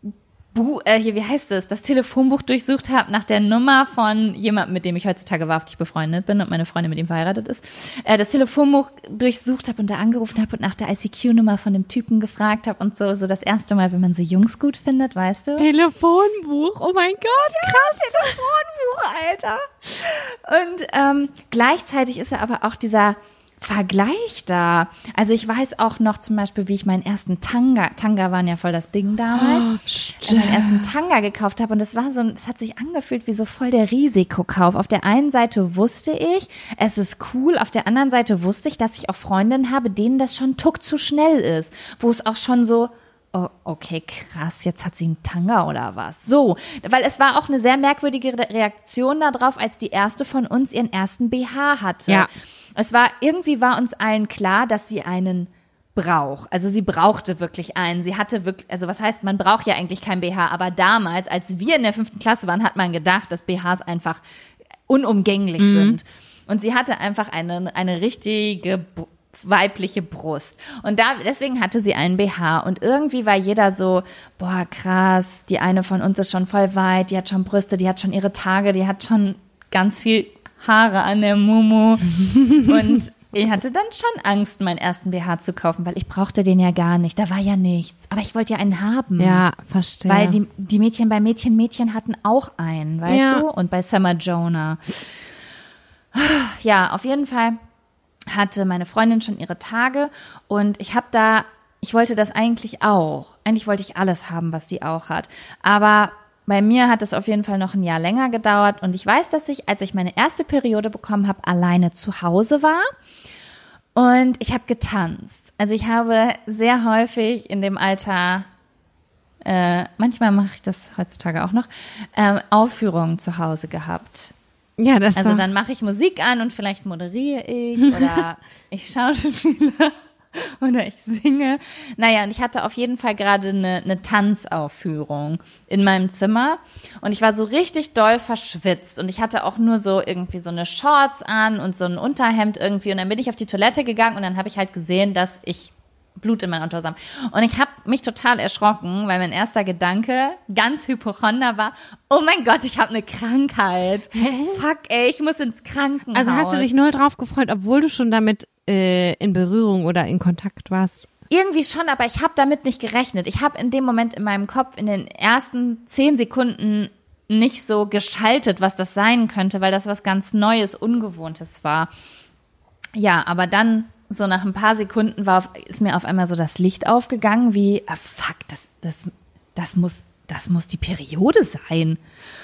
Bu äh, hier, wie heißt es, das Telefonbuch durchsucht habe nach der Nummer von jemandem, mit dem ich heutzutage wahrhaftig befreundet bin und meine Freundin mit ihm verheiratet ist, äh, das Telefonbuch durchsucht habe und da angerufen habe und nach der I C Q-Nummer von dem Typen gefragt habe und so, so das erste Mal, wenn man so Jungs gut findet, weißt du? Telefonbuch, oh mein Gott, krass. Telefonbuch, Alter. Und ähm, gleichzeitig ist er aber auch dieser Vergleich da. Also ich weiß auch noch zum Beispiel, wie ich meinen ersten Tanga, Tanga waren ja voll das Ding damals, oh, meinen ersten Tanga gekauft habe und das war so, es hat sich angefühlt wie so voll der Risikokauf. Auf der einen Seite wusste ich, es ist cool, auf der anderen Seite wusste ich, dass ich auch Freundinnen habe, denen das schon tuck zu schnell ist, wo es auch schon so, oh, okay, krass, jetzt hat sie einen Tanga oder was? So, weil es war auch eine sehr merkwürdige Reaktion darauf, als die erste von uns ihren ersten B H hatte. Ja. Es war, irgendwie war uns allen klar, dass sie einen braucht. Also sie brauchte wirklich einen. Sie hatte wirklich, also was heißt, man braucht ja eigentlich kein B H, aber damals, als wir in der fünften Klasse waren, hat man gedacht, dass B Hs einfach unumgänglich mhm. sind. Und sie hatte einfach eine, eine richtige weibliche Brust. Und da, deswegen hatte sie einen B H. Und irgendwie war jeder so, boah, krass, die eine von uns ist schon voll weit, die hat schon Brüste, die hat schon ihre Tage, die hat schon ganz viel Haare an der Mumu. Und ich hatte dann schon Angst, meinen ersten B H zu kaufen, weil ich brauchte den ja gar nicht. Da war ja nichts. Aber ich wollte ja einen haben. Ja, verstehe. Weil die, die Mädchen bei Mädchen Mädchen hatten auch einen, weißt ja. du? Und bei Summer Jonah. Ja, auf jeden Fall hatte meine Freundin schon ihre Tage und ich habe da, ich wollte das eigentlich auch. Eigentlich wollte ich alles haben, was die auch hat. Aber bei mir hat es auf jeden Fall noch ein Jahr länger gedauert und ich weiß, dass ich, als ich meine erste Periode bekommen habe, alleine zu Hause war und ich habe getanzt. Also ich habe sehr häufig in dem Alter, äh, manchmal mache ich das heutzutage auch noch, ähm, Aufführungen zu Hause gehabt. Ja, das also so. Dann mache ich Musik an und vielleicht moderiere ich oder ich schauspiele. Oder ich singe. Naja, und ich hatte auf jeden Fall gerade eine, eine Tanzaufführung in meinem Zimmer und ich war so richtig doll verschwitzt und ich hatte auch nur so irgendwie so eine Shorts an und so ein Unterhemd irgendwie und dann bin ich auf die Toilette gegangen und dann habe ich halt gesehen, dass ich Blut in meiner Unterhose habe. Und ich habe mich total erschrocken, weil mein erster Gedanke ganz Hypochonder war, oh mein Gott, ich habe eine Krankheit. Hä? Fuck, ey, ich muss ins Krankenhaus. Also hast du dich null drauf gefreut, obwohl du schon damit äh, in Berührung oder in Kontakt warst? Irgendwie schon, aber ich habe damit nicht gerechnet. Ich habe in dem Moment in meinem Kopf in den ersten zehn Sekunden nicht so geschaltet, was das sein könnte, weil das was ganz Neues, Ungewohntes war. Ja, aber dann so nach ein paar Sekunden war auf, ist mir auf einmal so das Licht aufgegangen, wie, ah, fuck, das, das, das muss, das muss die Periode sein.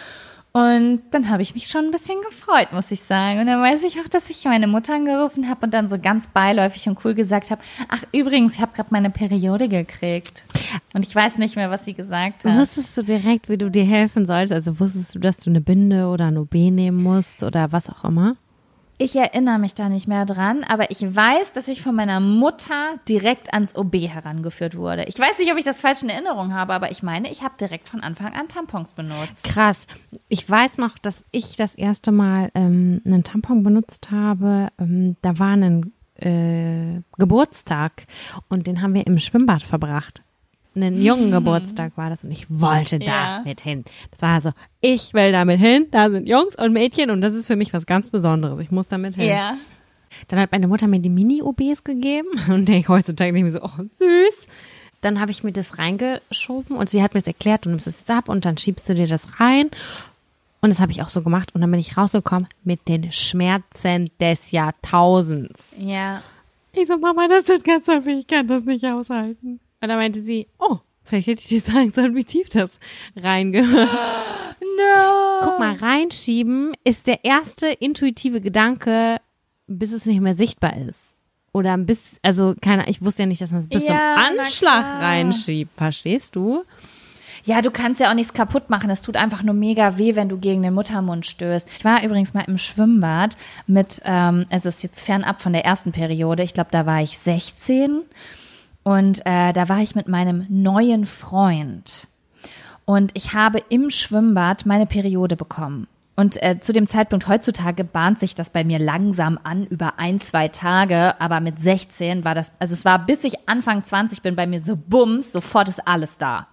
Und dann habe ich mich schon ein bisschen gefreut, muss ich sagen. Und dann weiß ich auch, dass ich meine Mutter angerufen habe und dann so ganz beiläufig und cool gesagt habe, ach übrigens, ich habe gerade meine Periode gekriegt. Und ich weiß nicht mehr, was sie gesagt hat. Wusstest du direkt, wie du dir helfen sollst? Also wusstest du, dass du eine Binde oder ein O B nehmen musst oder was auch immer? Ich erinnere mich da nicht mehr dran, aber ich weiß, dass ich von meiner Mutter direkt ans O B herangeführt wurde. Ich weiß nicht, ob ich das falsch in Erinnerung habe, aber ich meine, ich habe direkt von Anfang an Tampons benutzt. Krass. Ich weiß noch, dass ich das erste Mal ähm, einen Tampon benutzt habe. Ähm, da war ein äh, Geburtstag und den haben wir im Schwimmbad verbracht. Einen jungen Geburtstag war das und ich wollte da Ja. mit hin. Das war so, ich will damit hin, da sind Jungs und Mädchen und das ist für mich was ganz Besonderes. Ich muss damit hin. Ja. Dann hat meine Mutter mir die Mini-O Bs gegeben und denke heutzutage denke ich mir so, oh süß. Dann habe ich mir das reingeschoben und sie hat mir das erklärt, du nimmst es jetzt ab und dann schiebst du dir das rein. Und das habe ich auch so gemacht und dann bin ich rausgekommen mit den Schmerzen des Jahrtausends. Ja. Ich so, Mama, das tut ganz so weh, ich kann das nicht aushalten. Und dann meinte sie, oh, vielleicht hätte ich dir sagen sollen, wie tief das reingehört. No. Guck mal, reinschieben ist der erste intuitive Gedanke, bis es nicht mehr sichtbar ist. Oder bis, also keine, ich wusste ja nicht, dass man es bis Ja, zum na Anschlag klar. reinschiebt. Verstehst du? Ja, du kannst ja auch nichts kaputt machen. Es tut einfach nur mega weh, wenn du gegen den Muttermund stößt. Ich war übrigens mal im Schwimmbad mit, ähm, es ist jetzt fernab von der ersten Periode. Ich glaube, da war ich sechzehn. Und äh, da war ich mit meinem neuen Freund. Und ich habe im Schwimmbad meine Periode bekommen. Und äh, zu dem Zeitpunkt heutzutage bahnt sich das bei mir langsam an, über ein, zwei Tage. Aber mit sechzehn war das, also es war, bis ich Anfang zwanzig bin, bei mir so bums, sofort ist alles da.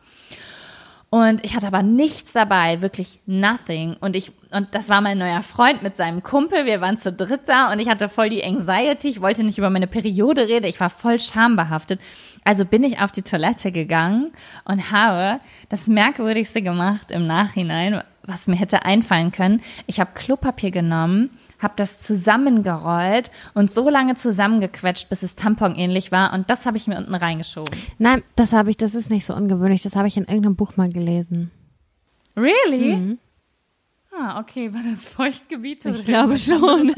Und ich hatte aber nichts dabei, wirklich nothing. Und ich, und das war mein neuer Freund mit seinem Kumpel. Wir waren zu dritt da und ich hatte voll die Anxiety. Ich wollte nicht über meine Periode reden. Ich war voll schambehaftet. Also bin ich auf die Toilette gegangen und habe das Merkwürdigste gemacht im Nachhinein, was mir hätte einfallen können. Ich habe Klopapier genommen, habe das zusammengerollt und so lange zusammengequetscht, bis es tamponähnlich war. Und das habe ich mir unten reingeschoben. Nein, das habe ich, das ist nicht so ungewöhnlich. Das habe ich in irgendeinem Buch mal gelesen. Really? Mhm. Ah, okay. War das Feuchtgebiet? Ich glaube schon.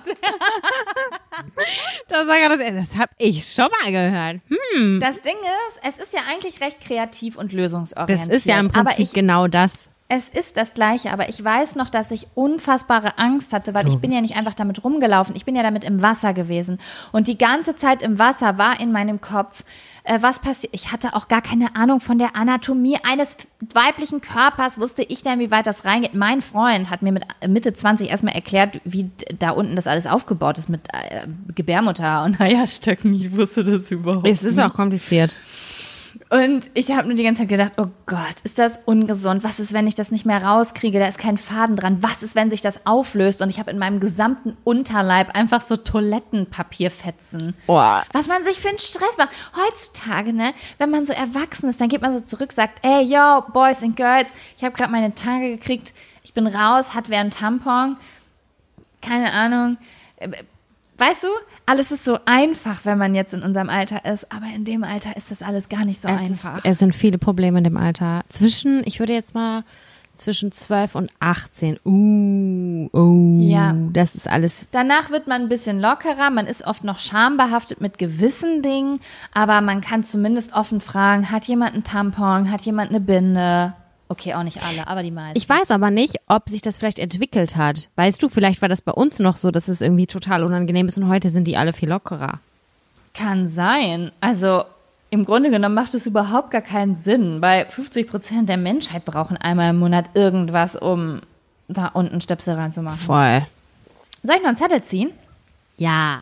Das, das, das habe ich schon mal gehört. Hm. Das Ding ist, es ist ja eigentlich recht kreativ und lösungsorientiert. Das ist ja im aber Prinzip ich, genau das. Es ist das Gleiche, aber ich weiß noch, dass ich unfassbare Angst hatte, weil ich bin ja nicht einfach damit rumgelaufen, ich bin ja damit im Wasser gewesen. Und die ganze Zeit im Wasser war in meinem Kopf, äh, was passiert. Ich hatte auch gar keine Ahnung von der Anatomie eines weiblichen Körpers, wusste ich denn, wie weit das reingeht. Mein Freund hat mir mit Mitte zwanzig erstmal erklärt, wie da unten das alles aufgebaut ist mit äh, Gebärmutter und Eierstöcken. Ich wusste das überhaupt nicht. Es ist auch kompliziert. Und ich habe nur die ganze Zeit gedacht, oh Gott, ist das ungesund? Was ist, wenn ich das nicht mehr rauskriege? Da ist kein Faden dran. Was ist, wenn sich das auflöst? Und ich habe in meinem gesamten Unterleib einfach so Toilettenpapierfetzen. Oh. Was man sich für einen Stress macht. Heutzutage, ne, wenn man so erwachsen ist, dann geht man so zurück, sagt, ey, yo, Boys and Girls, ich habe gerade meine Tage gekriegt, ich bin raus, hat wer einen Tampon? Keine Ahnung. Weißt du, alles ist so einfach, wenn man jetzt in unserem Alter ist, aber in dem Alter ist das alles gar nicht so es einfach. Ist, es sind viele Probleme in dem Alter. Zwischen, ich würde jetzt mal zwischen zwölf und achtzehn. Uh, oh, Ja. das ist alles. Danach wird man ein bisschen lockerer, man ist oft noch schambehaftet mit gewissen Dingen, aber man kann zumindest offen fragen, hat jemand einen Tampon, hat jemand eine Binde? Okay, auch nicht alle, aber die meisten. Ich weiß aber nicht, ob sich das vielleicht entwickelt hat. Weißt du, vielleicht war das bei uns noch so, dass es irgendwie total unangenehm ist und heute sind die alle viel lockerer. Kann sein. Also im Grunde genommen macht es überhaupt gar keinen Sinn, weil fünfzig Prozent der Menschheit brauchen einmal im Monat irgendwas, um da unten Stöpsel reinzumachen. Voll. Soll ich noch einen Zettel ziehen? Ja.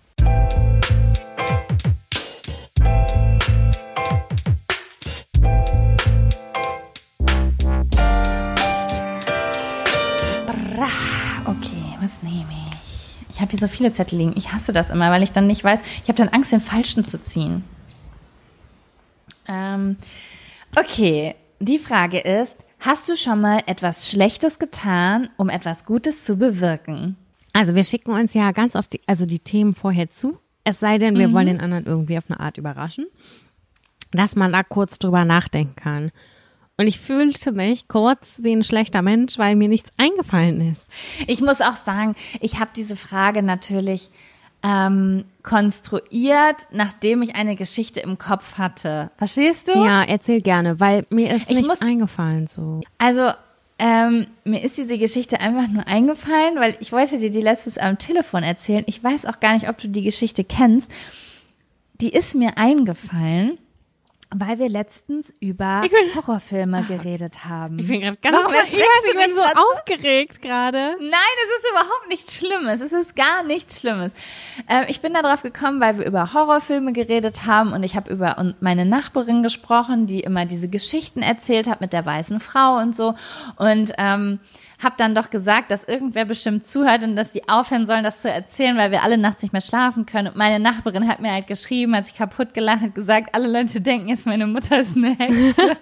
Okay, was nehme ich? Ich habe hier so viele Zettel liegen. Ich hasse das immer, weil ich dann nicht weiß. Ich habe dann Angst, den falschen zu ziehen. Ähm, okay, die Frage ist, Hast du schon mal etwas Schlechtes getan, um etwas Gutes zu bewirken? Also wir schicken uns ja ganz oft die, also die Themen vorher zu. Es sei denn, wir mhm. wollen den anderen irgendwie auf eine Art überraschen, dass man da kurz drüber nachdenken kann. Und ich fühlte mich kurz wie ein schlechter Mensch, weil mir nichts eingefallen ist. Ich muss auch sagen, ich habe diese Frage natürlich ähm, konstruiert, nachdem ich eine Geschichte im Kopf hatte. Verstehst du? Ja, erzähl gerne, weil mir ist ich nichts muss, eingefallen so. Also ähm, mir ist diese Geschichte einfach nur eingefallen, weil ich wollte dir die letztes am Telefon erzählen. Ich weiß auch gar nicht, ob du die Geschichte kennst. Die ist mir eingefallen, weil wir letztens über bin, Horrorfilme geredet haben. Ich bin gerade ganz Warum ich, ich bin so aufgeregt gerade. Nein, es ist überhaupt nichts Schlimmes. Es ist gar nichts Schlimmes. Ähm, ich bin da drauf gekommen, weil wir über Horrorfilme geredet haben und ich habe über meine Nachbarin gesprochen, die immer diese Geschichten erzählt hat mit der weißen Frau und so. Und ähm, habe dann doch gesagt, dass irgendwer bestimmt zuhört und dass die aufhören sollen, das zu erzählen, weil wir alle nachts nicht mehr schlafen können. Und meine Nachbarin hat mir halt geschrieben, hat sich kaputt gelacht und gesagt, alle Leute denken jetzt, meine Mutter ist eine Hexe.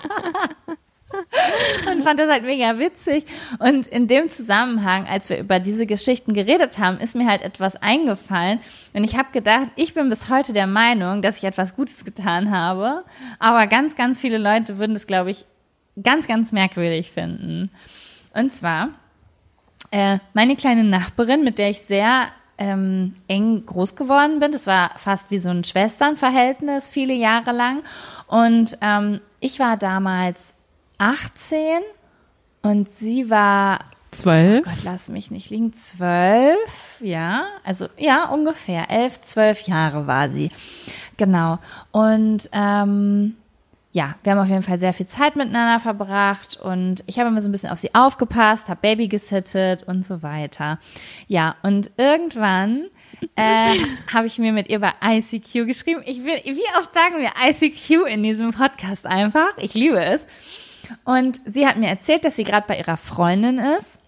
Und fand das halt mega witzig. Und in dem Zusammenhang, als wir über diese Geschichten geredet haben, ist mir halt etwas eingefallen. Und ich habe gedacht, ich bin bis heute der Meinung, dass ich etwas Gutes getan habe. Aber ganz, ganz viele Leute würden das, glaube ich, ganz, ganz merkwürdig finden. Und zwar, äh, meine kleine Nachbarin, mit der ich sehr ähm, eng groß geworden bin, das war fast wie so ein Schwesternverhältnis, viele Jahre lang. Und ähm, ich war damals achtzehn und sie war zwölf. Oh Gott, lass mich nicht liegen, zwölf, ja, also ja, ungefähr, elf, zwölf Jahre war sie, genau. Und ähm, ja, wir haben auf jeden Fall sehr viel Zeit miteinander verbracht und ich habe immer so ein bisschen auf sie aufgepasst, habe Baby gesittet und so weiter. Ja, und irgendwann äh, habe ich mir mit ihr bei I C Q geschrieben. Ich will, wie oft sagen wir I C Q in diesem Podcast einfach? Ich liebe es. Und sie hat mir erzählt, dass sie gerade bei ihrer Freundin ist.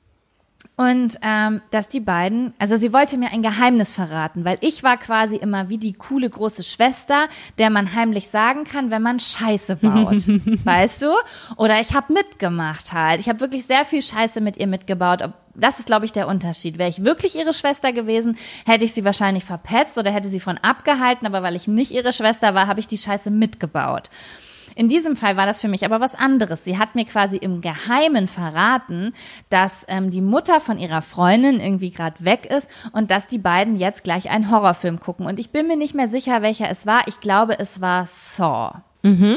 Und ähm, dass die beiden, also sie wollte mir ein Geheimnis verraten, weil ich war quasi immer wie die coole große Schwester, der man heimlich sagen kann, wenn man Scheiße baut, weißt du? Oder ich habe mitgemacht halt. Ich habe wirklich sehr viel Scheiße mit ihr mitgebaut. Das ist, glaube ich, der Unterschied. Wäre ich wirklich ihre Schwester gewesen, hätte ich sie wahrscheinlich verpetzt oder hätte sie von abgehalten. Aber weil ich nicht ihre Schwester war, habe ich die Scheiße mitgebaut. In diesem Fall war das für mich aber was anderes. Sie hat mir quasi im Geheimen verraten, dass ähm, die Mutter von ihrer Freundin irgendwie gerade weg ist und dass die beiden jetzt gleich einen Horrorfilm gucken. Und ich bin mir nicht mehr sicher, welcher es war. Ich glaube, es war Saw. Mhm.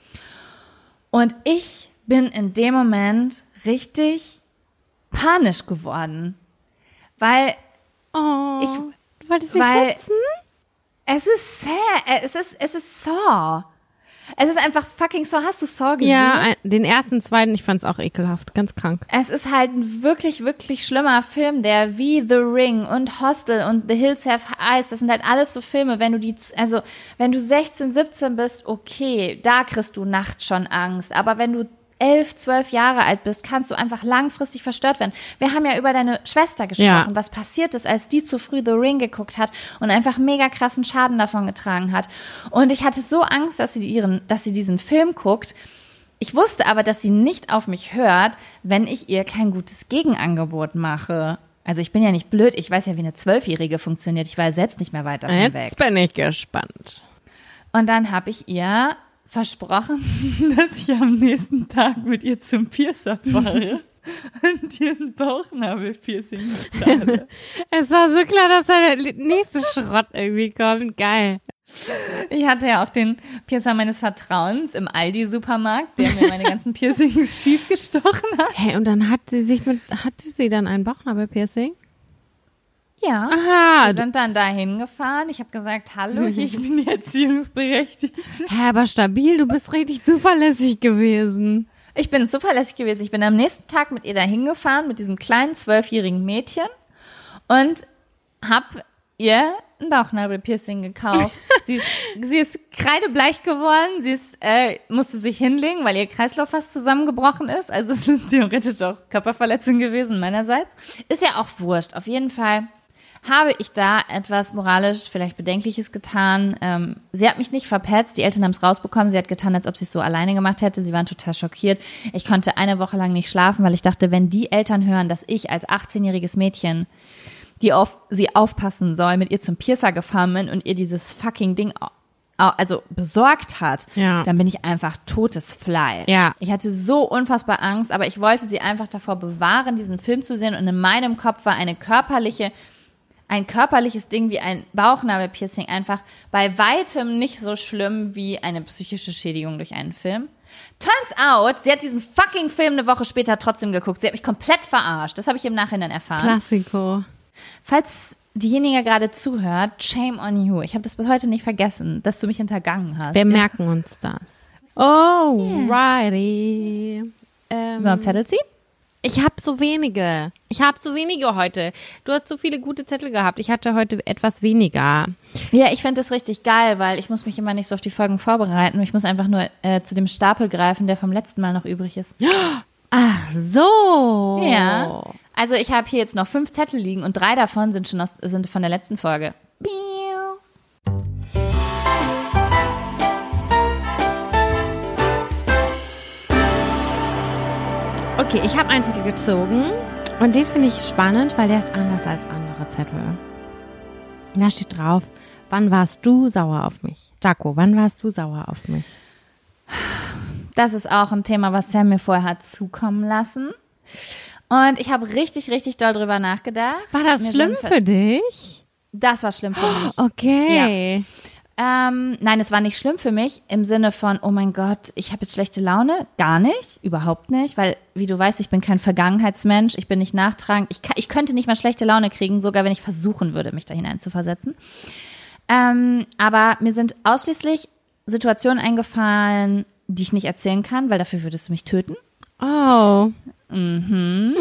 Und ich bin in dem Moment richtig panisch geworden. Weil oh, ich du wolltest sie weil schützen? Es ist sad. Es ist, es ist Saw. Es ist einfach fucking Saw. Hast du Saw gesehen? Ja, den ersten, zweiten, ich fand's auch ekelhaft, ganz krank. Es ist halt ein wirklich, wirklich schlimmer Film, der wie The Ring und Hostel und The Hills Have Eyes, das sind halt alles so Filme, wenn du die, also wenn du sechzehn, siebzehn bist, okay, da kriegst du nachts schon Angst, aber wenn du elf, zwölf Jahre alt bist, kannst du einfach langfristig verstört werden. Wir haben ja über deine Schwester gesprochen, ja. was passiert ist, als die zu früh The Ring geguckt hat und einfach mega krassen Schaden davon getragen hat. Und ich hatte so Angst, dass sie ihren, dass sie diesen Film guckt. Ich wusste aber, dass sie nicht auf mich hört, wenn ich ihr kein gutes Gegenangebot mache. Also ich bin ja nicht blöd, ich weiß ja, wie eine Zwölfjährige funktioniert. Ich war ja selbst nicht mehr weit davon Jetzt weg. Jetzt bin ich gespannt. Und dann habe ich ihr versprochen, dass ich am nächsten Tag mit ihr zum Piercer fahre und ihr ein Bauchnabelpiercing bezahle. Es war so klar, dass da der nächste Schrott irgendwie kommt. Geil. Ich hatte ja auch den Piercer meines Vertrauens im Aldi-Supermarkt, der mir meine ganzen Piercings schief gestochen hat. Hey, und dann hat sie sich mit, hatte sie dann ein Bauchnabelpiercing? Ja, Aha. Wir sind dann da hingefahren. Ich habe gesagt, hallo, ich bin die Erziehungsberechtigte. Hä, aber stabil, du bist richtig zuverlässig gewesen. Ich bin zuverlässig gewesen. Ich bin am nächsten Tag mit ihr da hingefahren, mit diesem kleinen zwölfjährigen Mädchen und hab ihr ein Bauchnabelpiercing gekauft. sie, ist, sie ist kreidebleich geworden, sie ist, äh, musste sich hinlegen, weil ihr Kreislauf fast zusammengebrochen ist. Also es ist theoretisch auch Körperverletzung gewesen meinerseits. Ist ja auch wurscht. Auf jeden Fall habe ich da etwas moralisch vielleicht Bedenkliches getan. Ähm, sie hat mich nicht verpetzt, die Eltern haben es rausbekommen, sie hat getan, als ob sie es so alleine gemacht hätte. Sie waren total schockiert. Ich konnte eine Woche lang nicht schlafen, weil ich dachte, wenn die Eltern hören, dass ich als achtzehnjähriges Mädchen, die auf sie aufpassen soll, mit ihr zum Piercer gefahren bin und ihr dieses fucking Ding also besorgt hat, ja. dann bin ich einfach totes Fleisch. Ja. Ich hatte so unfassbar Angst, aber ich wollte sie einfach davor bewahren, diesen Film zu sehen, und in meinem Kopf war eine körperliche ein körperliches Ding wie ein Bauchnabelpiercing einfach bei weitem nicht so schlimm wie eine psychische Schädigung durch einen Film. Turns out, sie hat diesen fucking Film eine Woche später trotzdem geguckt. Sie hat mich komplett verarscht. Das habe ich im Nachhinein erfahren. Klassiko. Falls diejenige gerade zuhört, shame on you. Ich habe das bis heute nicht vergessen, dass du mich hintergangen hast. Wir ja. merken uns das. Alrighty. Ähm, so, Zettel ziehen? Ich habe so wenige. Ich habe so wenige heute. Du hast so viele gute Zettel gehabt. Ich hatte heute etwas weniger. Ja, ich finde das richtig geil, weil ich muss mich immer nicht so auf die Folgen vorbereiten. Ich muss einfach nur äh, zu dem Stapel greifen, der vom letzten Mal noch übrig ist. Ach so. Ja. Also ich habe hier jetzt noch fünf Zettel liegen und drei davon sind schon aus, sind von der letzten Folge. Okay, ich habe einen Zettel gezogen und den finde ich spannend, weil der ist anders als andere Zettel. Da steht drauf, wann warst du sauer auf mich? Jaco, wann warst du sauer auf mich? Das ist auch ein Thema, was Sam mir vorher hat zukommen lassen. Und ich habe richtig, richtig doll drüber nachgedacht. War das mir schlimm für dich? Das war schlimm für mich. Okay. Ja. Ähm, nein, es war nicht schlimm für mich im Sinne von, oh mein Gott, ich habe jetzt schlechte Laune. Gar nicht, überhaupt nicht, weil, wie du weißt, ich bin kein Vergangenheitsmensch, ich bin nicht nachtragend. Ich, ich könnte nicht mal schlechte Laune kriegen, sogar wenn ich versuchen würde, mich da hineinzuversetzen. Ähm, aber mir sind ausschließlich Situationen eingefallen, die ich nicht erzählen kann, weil dafür würdest du mich töten. Oh. Mhm.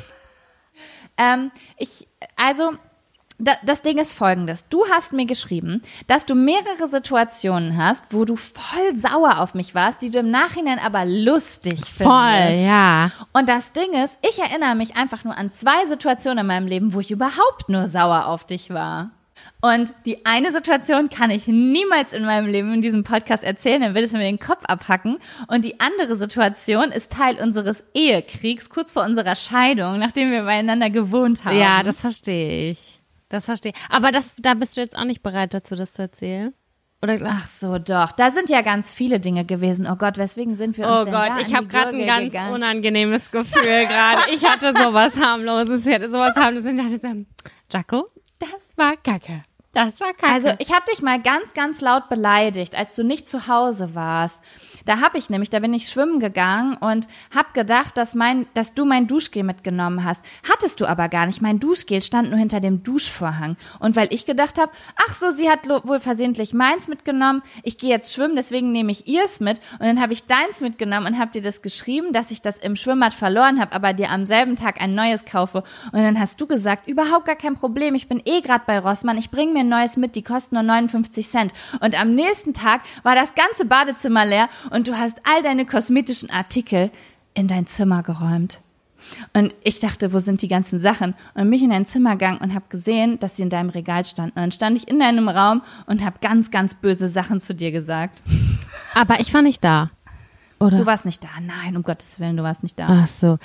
ähm, ich, also... Das Ding ist folgendes. Du hast mir geschrieben, dass du mehrere Situationen hast, wo du voll sauer auf mich warst, die du im Nachhinein aber lustig findest. Voll, ja. Und das Ding ist, ich erinnere mich einfach nur an zwei Situationen in meinem Leben, wo ich überhaupt nur sauer auf dich war. Und die eine Situation kann ich niemals in meinem Leben in diesem Podcast erzählen, dann will es mir den Kopf abhacken. Und die andere Situation ist Teil unseres Ehekriegs, kurz vor unserer Scheidung, nachdem wir beieinander gewohnt haben. Ja, das verstehe ich. Das verstehe ich. Aber das, da bist du jetzt auch nicht bereit dazu, das zu erzählen? Oder? Ach so, doch. Da sind ja ganz viele Dinge gewesen. Oh Gott, weswegen sind wir uns oh denn Gott, da ich habe gerade ein ganz gegangen? unangenehmes Gefühl gerade. Ich hatte sowas harmloses. Ich hatte sowas harmloses. Und ich dachte, Jaco, das war Kacke. Das war Kacke. Also ich habe dich mal ganz, ganz laut beleidigt, als du nicht zu Hause warst. Da habe ich nämlich, da bin ich schwimmen gegangen und habe gedacht, dass mein, dass du mein Duschgel mitgenommen hast. Hattest du aber gar nicht. Mein Duschgel stand nur hinter dem Duschvorhang. Und weil ich gedacht habe, ach so, sie hat wohl versehentlich meins mitgenommen. Ich gehe jetzt schwimmen, deswegen nehme ich ihrs mit. Und dann habe ich deins mitgenommen und habe dir das geschrieben, dass ich das im Schwimmbad verloren habe, aber dir am selben Tag ein neues kaufe. Und dann hast du gesagt, überhaupt gar kein Problem. Ich bin eh gerade bei Rossmann. Ich bringe mir ein neues mit. Die kosten nur neunundfünfzig Cent. Und am nächsten Tag war das ganze Badezimmer leer und du hast all deine kosmetischen Artikel in dein Zimmer geräumt. Und ich dachte, wo sind die ganzen Sachen? Und bin ich in dein Zimmer gegangen und habe gesehen, dass sie in deinem Regal standen. Und dann stand ich in deinem Raum und habe ganz, ganz böse Sachen zu dir gesagt. Aber ich war nicht da. Oder? Du warst nicht da. Nein, um Gottes Willen, du warst nicht da. Ach so.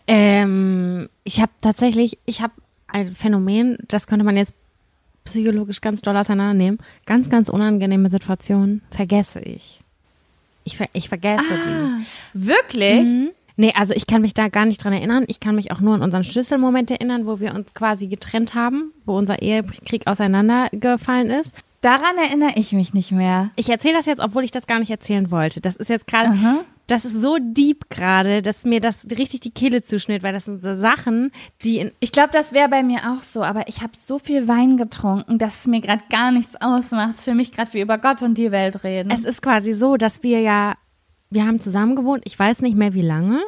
Ähm, ich habe tatsächlich, ich habe ein Phänomen, das könnte man jetzt psychologisch ganz doll auseinandernehmen. Ganz, ganz unangenehme Situationen vergesse ich. Ich, ver- ich vergesse ah, die. Wirklich? Mhm. Nee, also ich kann mich da gar nicht dran erinnern. Ich kann mich auch nur an unseren Schlüsselmoment erinnern, wo wir uns quasi getrennt haben, wo unser Ehekrieg auseinandergefallen ist. Daran erinnere ich mich nicht mehr. Ich erzähle das jetzt, obwohl ich das gar nicht erzählen wollte. Das ist jetzt gerade, das ist so deep gerade, dass mir das richtig die Kehle zuschnitt, weil das sind so Sachen, die in Ich glaube, das wäre bei mir auch so, aber ich habe so viel Wein getrunken, dass es mir gerade gar nichts ausmacht. Es ist für mich gerade wie über Gott und die Welt reden. Es ist quasi so, dass wir ja, wir haben zusammen gewohnt, ich weiß nicht mehr wie lange.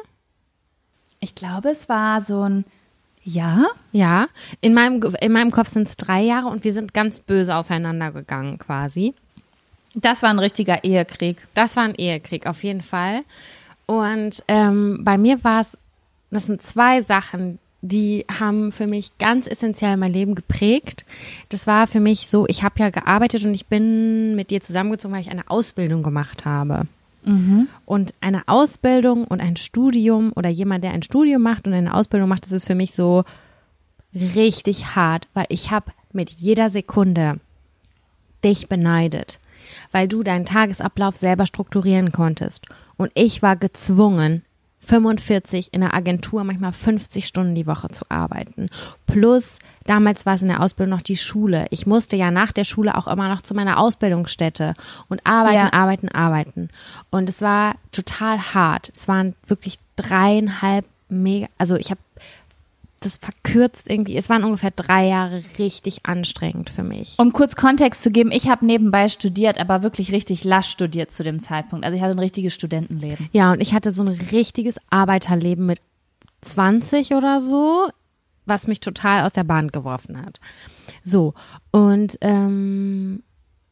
Ich glaube, es war so ein Jahr. Ja, in meinem, in meinem Kopf sind es drei Jahre und wir sind ganz böse auseinandergegangen quasi. Das war ein richtiger Ehekrieg. Das war ein Ehekrieg, auf jeden Fall. Und ähm, bei mir war es, das sind zwei Sachen, die haben für mich ganz essentiell mein Leben geprägt. Das war für mich so, ich habe ja gearbeitet und ich bin mit dir zusammengezogen, weil ich eine Ausbildung gemacht habe. Mhm. Und eine Ausbildung und ein Studium oder jemand, der ein Studium macht und eine Ausbildung macht, das ist für mich so richtig hart, weil ich habe mit jeder Sekunde dich beneidet, weil du deinen Tagesablauf selber strukturieren konntest. Und ich war gezwungen, fünfundvierzig in der Agentur, manchmal fünfzig Stunden die Woche zu arbeiten. Plus, damals war es in der Ausbildung noch die Schule. Ich musste ja nach der Schule auch immer noch zu meiner Ausbildungsstätte und arbeiten, ja. arbeiten, arbeiten. Und es war total hart. Es waren wirklich dreieinhalb mega, also ich habe das verkürzt irgendwie, es waren ungefähr drei Jahre richtig anstrengend für mich. Um kurz Kontext zu geben, ich habe nebenbei studiert, aber wirklich richtig lasch studiert zu dem Zeitpunkt. Also ich hatte ein richtiges Studentenleben. Ja, und ich hatte so ein richtiges Arbeiterleben mit zwanzig oder so, was mich total aus der Bahn geworfen hat. So, und ähm,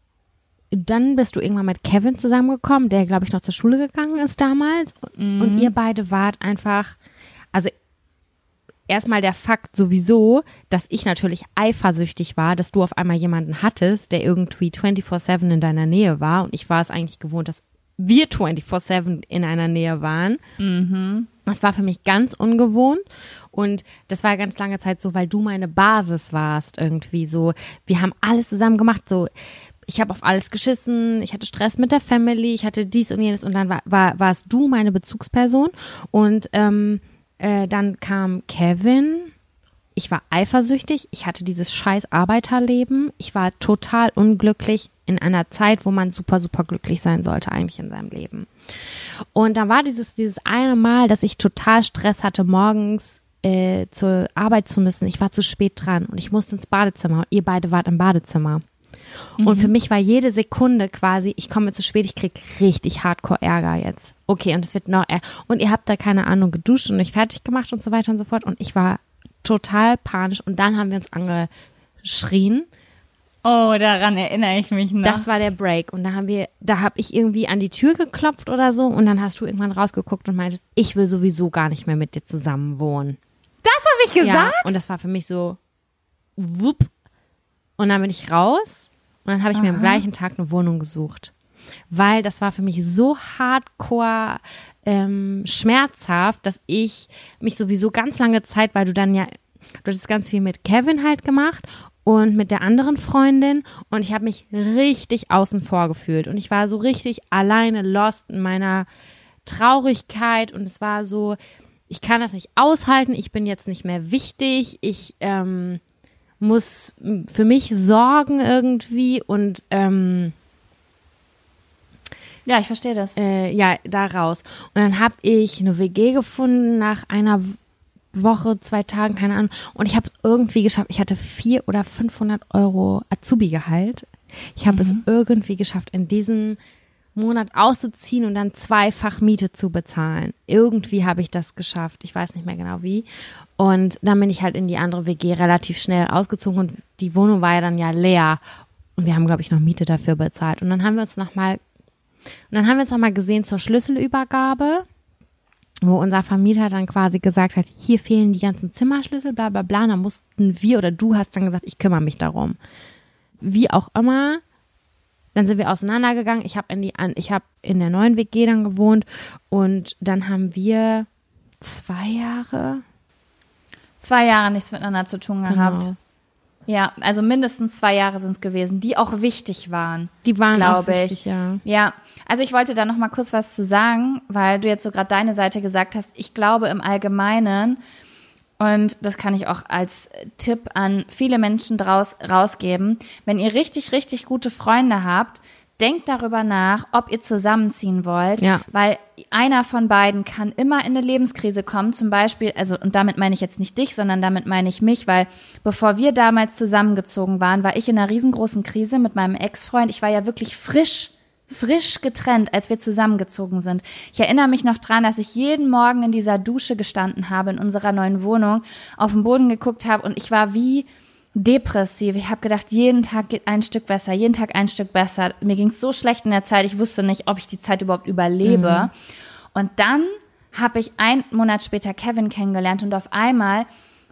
dann bist du irgendwann mit Kevin zusammengekommen, der, glaube ich, noch zur Schule gegangen ist damals. Mhm. Und ihr beide wart einfach, also erstmal der Fakt sowieso, dass ich natürlich eifersüchtig war, dass du auf einmal jemanden hattest, der irgendwie vierundzwanzig sieben in deiner Nähe war. Und ich war es eigentlich gewohnt, dass wir vierundzwanzig sieben in einer Nähe waren. Mhm. Das war für mich ganz ungewohnt. Und das war ganz lange Zeit so, weil du meine Basis warst irgendwie so. Wir haben alles zusammen gemacht, so. Ich habe auf alles geschissen, ich hatte Stress mit der Family, ich hatte dies und jenes. Und dann war, war, warst du meine Bezugsperson. Und ähm, Äh, dann kam Kevin, ich war eifersüchtig, ich hatte dieses scheiß Arbeiterleben, ich war total unglücklich in einer Zeit, wo man super, super glücklich sein sollte eigentlich in seinem Leben. Und da war dieses, dieses eine Mal, dass ich total Stress hatte, morgens äh, zur Arbeit zu müssen. Ich war zu spät dran und ich musste ins Badezimmer und ihr beide wart im Badezimmer. Mhm. Und für mich war jede Sekunde quasi, ich komme zu spät, ich krieg richtig hardcore Ärger jetzt. Okay, und es wird noch Ärger. Und ihr habt da, keine Ahnung, geduscht und euch fertig gemacht und so weiter und so fort. Und ich war total panisch. Und dann haben wir uns angeschrien. Oh, daran erinnere ich mich noch. Das war der Break. Und da haben wir, da habe ich irgendwie an die Tür geklopft oder so. Und dann hast du irgendwann rausgeguckt und meintest, ich will sowieso gar nicht mehr mit dir zusammen wohnen. Das habe ich gesagt? Ja, und das war für mich so, wupp. Und dann bin ich raus. Und dann habe ich Aha. mir am gleichen Tag eine Wohnung gesucht. Weil das war für mich so hardcore ähm, schmerzhaft, dass ich mich sowieso ganz lange Zeit, weil du dann ja, du hattest ganz viel mit Kevin halt gemacht und mit der anderen Freundin und ich habe mich richtig außen vor gefühlt und ich war so richtig alleine lost in meiner Traurigkeit und es war so, ich kann das nicht aushalten, ich bin jetzt nicht mehr wichtig, ich ähm, muss für mich sorgen irgendwie und ähm, ja, ich verstehe das. Äh, ja, da raus. Und dann habe ich eine W G gefunden nach einer Woche, zwei Tagen, keine Ahnung. Und ich habe es irgendwie geschafft. Ich hatte vierhundert oder fünfhundert Euro Azubi-Gehalt. Ich habe mhm. es irgendwie geschafft, in diesem Monat auszuziehen und dann zweifach Miete zu bezahlen. Irgendwie habe ich das geschafft. Ich weiß nicht mehr genau wie. Und dann bin ich halt in die andere W G relativ schnell ausgezogen und die Wohnung war ja dann ja leer. Und wir haben, glaube ich, noch Miete dafür bezahlt. Und dann haben wir uns nochmal Und dann haben wir uns nochmal gesehen zur Schlüsselübergabe, wo unser Vermieter dann quasi gesagt hat, hier fehlen die ganzen Zimmerschlüssel, bla bla bla. Dann mussten wir oder du hast dann gesagt, ich kümmere mich darum. Wie auch immer. Dann sind wir auseinandergegangen. Ich habe in die, ich habe in der neuen W G dann gewohnt und dann haben wir zwei Jahre, zwei Jahre nichts miteinander zu tun gehabt. Genau. Ja, also mindestens zwei Jahre sind es gewesen, die auch wichtig waren. Die waren auch glaube ich. wichtig, ja. Ja, also ich wollte da noch mal kurz was zu sagen, weil du jetzt so gerade deine Seite gesagt hast. Ich glaube im Allgemeinen, und das kann ich auch als Tipp an viele Menschen draus rausgeben, wenn ihr richtig, richtig gute Freunde habt, denkt darüber nach, ob ihr zusammenziehen wollt, ja. weil einer von beiden kann immer in eine Lebenskrise kommen, zum Beispiel, also und damit meine ich jetzt nicht dich, sondern damit meine ich mich, weil bevor wir damals zusammengezogen waren, war ich in einer riesengroßen Krise mit meinem Ex-Freund. Ich war ja wirklich frisch, frisch getrennt, als wir zusammengezogen sind. Ich erinnere mich noch dran, dass ich jeden Morgen in dieser Dusche gestanden habe in unserer neuen Wohnung, auf den Boden geguckt habe und ich war wie depressiv. Ich habe gedacht, jeden Tag geht ein Stück besser, jeden Tag ein Stück besser. Mir ging es so schlecht in der Zeit, ich wusste nicht, ob ich die Zeit überhaupt überlebe. Mhm. Und dann habe ich einen Monat später Kevin kennengelernt und auf einmal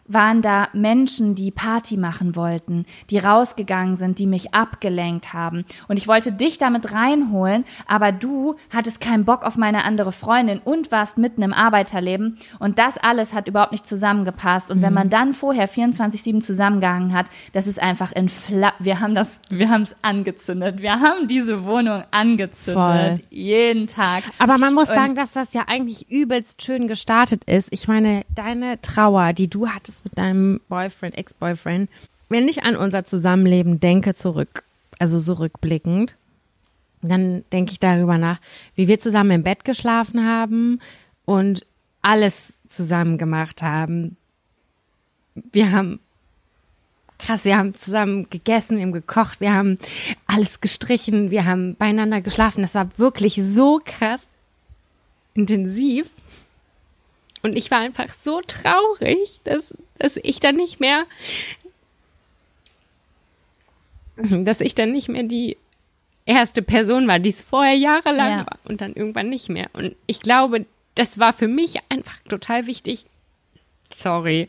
waren da Menschen, die Party machen wollten, die rausgegangen sind, die mich abgelenkt haben. Und ich wollte dich damit reinholen, aber du hattest keinen Bock auf meine andere Freundin und warst mitten im Arbeiterleben. Und das alles hat überhaupt nicht zusammengepasst. Und mhm. wenn man dann vorher vierundzwanzig sieben zusammengehangen hat, das ist einfach in Fla- wir haben das, wir haben es angezündet. Wir haben diese Wohnung angezündet. Voll. Jeden Tag. Aber man muss und sagen, dass das ja eigentlich übelst schön gestartet ist. Ich meine, deine Trauer, die du hattest mit deinem Boyfriend, Ex-Boyfriend, wenn ich an unser Zusammenleben denke zurück, also so rückblickend, dann denke ich darüber nach, wie wir zusammen im Bett geschlafen haben und alles zusammen gemacht haben. Wir haben, krass, wir haben zusammen gegessen, wir haben gekocht, wir haben alles gestrichen, wir haben beieinander geschlafen. Das war wirklich so krass intensiv. Und ich war einfach so traurig, dass, dass ich dann nicht mehr, dass ich dann nicht mehr die erste Person war, die es vorher jahrelang ja. war und dann irgendwann nicht mehr. Und ich glaube, das war für mich einfach total wichtig. Sorry.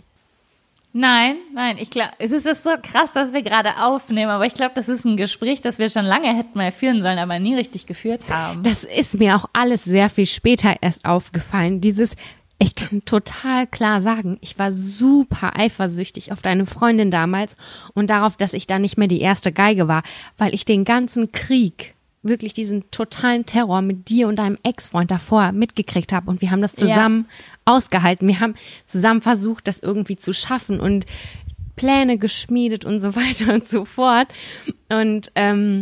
Nein, nein, ich glaube, es ist so krass, dass wir gerade aufnehmen, aber ich glaube, das ist ein Gespräch, das wir schon lange hätten mal führen sollen, aber nie richtig geführt haben. Das ist mir auch alles sehr viel später erst aufgefallen. Dieses, ich kann total klar sagen, ich war super eifersüchtig auf deine Freundin damals und darauf, dass ich da nicht mehr die erste Geige war, weil ich den ganzen Krieg, wirklich diesen totalen Terror mit dir und deinem Ex-Freund davor mitgekriegt habe und wir haben das zusammen ja. ausgehalten. Wir haben zusammen versucht, das irgendwie zu schaffen und Pläne geschmiedet und so weiter und so fort. Und ähm,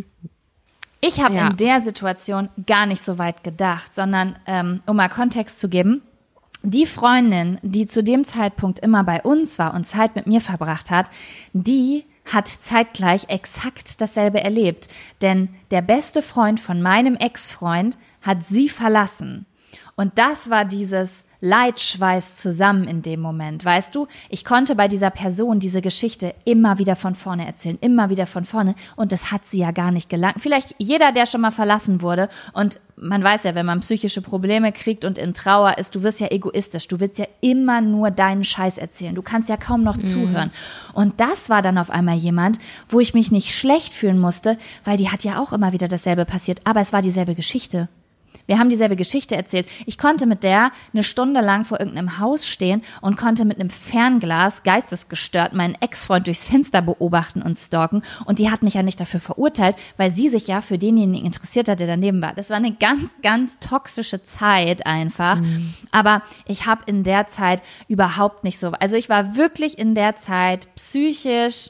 ich habe ja. in der Situation gar nicht so weit gedacht, sondern ähm, um mal Kontext zu geben, die Freundin, die zu dem Zeitpunkt immer bei uns war und Zeit mit mir verbracht hat, die hat zeitgleich exakt dasselbe erlebt. Denn der beste Freund von meinem Ex-Freund hat sie verlassen. Und das war dieses Leidschweiß zusammen in dem Moment, weißt du? Ich konnte bei dieser Person diese Geschichte immer wieder von vorne erzählen, immer wieder von vorne und das hat sie ja gar nicht gelangt. Vielleicht jeder, der schon mal verlassen wurde und man weiß ja, wenn man psychische Probleme kriegt und in Trauer ist, du wirst ja egoistisch, du willst ja immer nur deinen Scheiß erzählen, du kannst ja kaum noch mhm. zuhören. Und das war dann auf einmal jemand, wo ich mich nicht schlecht fühlen musste, weil die hat ja auch immer wieder dasselbe passiert, aber es war dieselbe Geschichte. Wir haben dieselbe Geschichte erzählt. Ich konnte mit der eine Stunde lang vor irgendeinem Haus stehen und konnte mit einem Fernglas geistesgestört meinen Ex-Freund durchs Fenster beobachten und stalken. Und die hat mich ja nicht dafür verurteilt, weil sie sich ja für denjenigen interessiert hat, der daneben war. Das war eine ganz, ganz toxische Zeit einfach. Mhm. Aber ich habe in der Zeit überhaupt nicht so, also ich war wirklich in der Zeit psychisch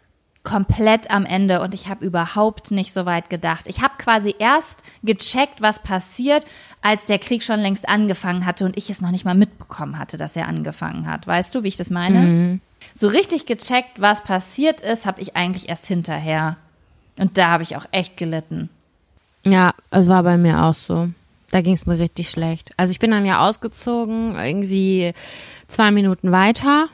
komplett am Ende und ich habe überhaupt nicht so weit gedacht. Ich habe quasi erst gecheckt, was passiert, als der Krieg schon längst angefangen hatte und ich es noch nicht mal mitbekommen hatte, dass er angefangen hat. Weißt du, wie ich das meine? Mhm. So richtig gecheckt, was passiert ist, habe ich eigentlich erst hinterher. Und da habe ich auch echt gelitten. Ja, es war bei mir auch so. Da ging es mir richtig schlecht. Also ich bin dann ja ausgezogen, irgendwie zwei Minuten weiter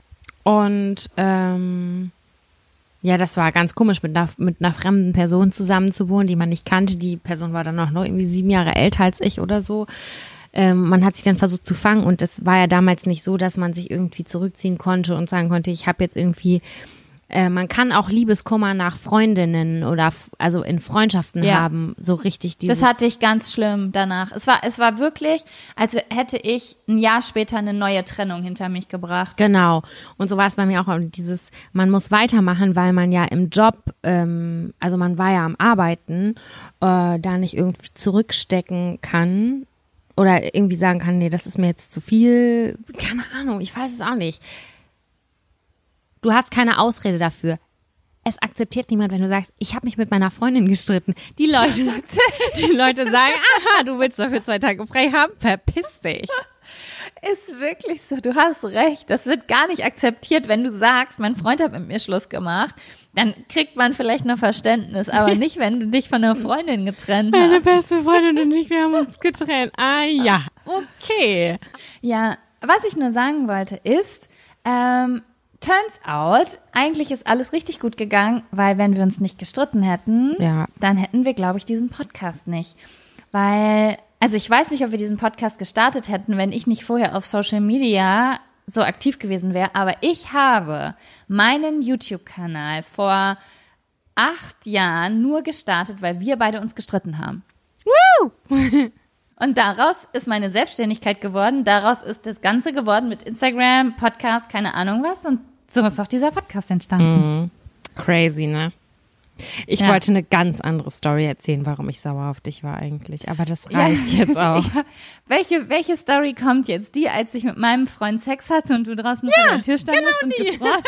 und ähm ja, das war ganz komisch, mit einer, mit einer fremden Person zusammen zu wohnen, die man nicht kannte. Die Person war dann auch noch irgendwie sieben Jahre älter als ich oder so. Ähm, man hat sich dann versucht zu fangen und es war ja damals nicht so, dass man sich irgendwie zurückziehen konnte und sagen konnte, ich habe jetzt irgendwie, äh, man kann auch Liebeskummer nach Freundinnen oder f- also in Freundschaften ja. haben, so richtig dieses. Das hatte ich ganz schlimm danach. Es war, es war wirklich, als hätte ich ein Jahr später eine neue Trennung hinter mich gebracht. Genau. Und so war es bei mir auch. Und dieses, man muss weitermachen, weil man ja im Job, ähm, also man war ja am Arbeiten, äh, da nicht irgendwie zurückstecken kann oder irgendwie sagen kann, nee, das ist mir jetzt zu viel. Keine Ahnung, ich weiß es auch nicht. Du hast keine Ausrede dafür. Es akzeptiert niemand, wenn du sagst, ich habe mich mit meiner Freundin gestritten. Die Leute, die Leute sagen, aha, du willst dafür zwei Tage frei haben, verpiss dich. Ist wirklich so, du hast recht. Das wird gar nicht akzeptiert, wenn du sagst, mein Freund hat mit mir Schluss gemacht. Dann kriegt man vielleicht noch Verständnis, aber nicht, wenn du dich von einer Freundin getrennt hast. Meine beste Freundin und ich, wir haben uns getrennt. Ah ja, okay. Ja, was ich nur sagen wollte ist, ähm, turns out, eigentlich ist alles richtig gut gegangen, weil wenn wir uns nicht gestritten hätten, ja. dann hätten wir, glaube ich, diesen Podcast nicht. Weil, also ich weiß nicht, ob wir diesen Podcast gestartet hätten, wenn ich nicht vorher auf Social Media so aktiv gewesen wäre, aber ich habe meinen YouTube-Kanal vor acht Jahren nur gestartet, weil wir beide uns gestritten haben. Woo! Und daraus ist meine Selbstständigkeit geworden, daraus ist das Ganze geworden mit Instagram, Podcast, keine Ahnung was und so ist auch dieser Podcast entstanden. Mhm. Crazy, ne? Ich ja. wollte eine ganz andere Story erzählen, warum ich sauer auf dich war eigentlich, aber das reicht ja. jetzt auch. Ja. Welche, welche Story kommt jetzt? Die, als ich mit meinem Freund Sex hatte und du draußen ja, vor der Tür standest genau und die. gefroren?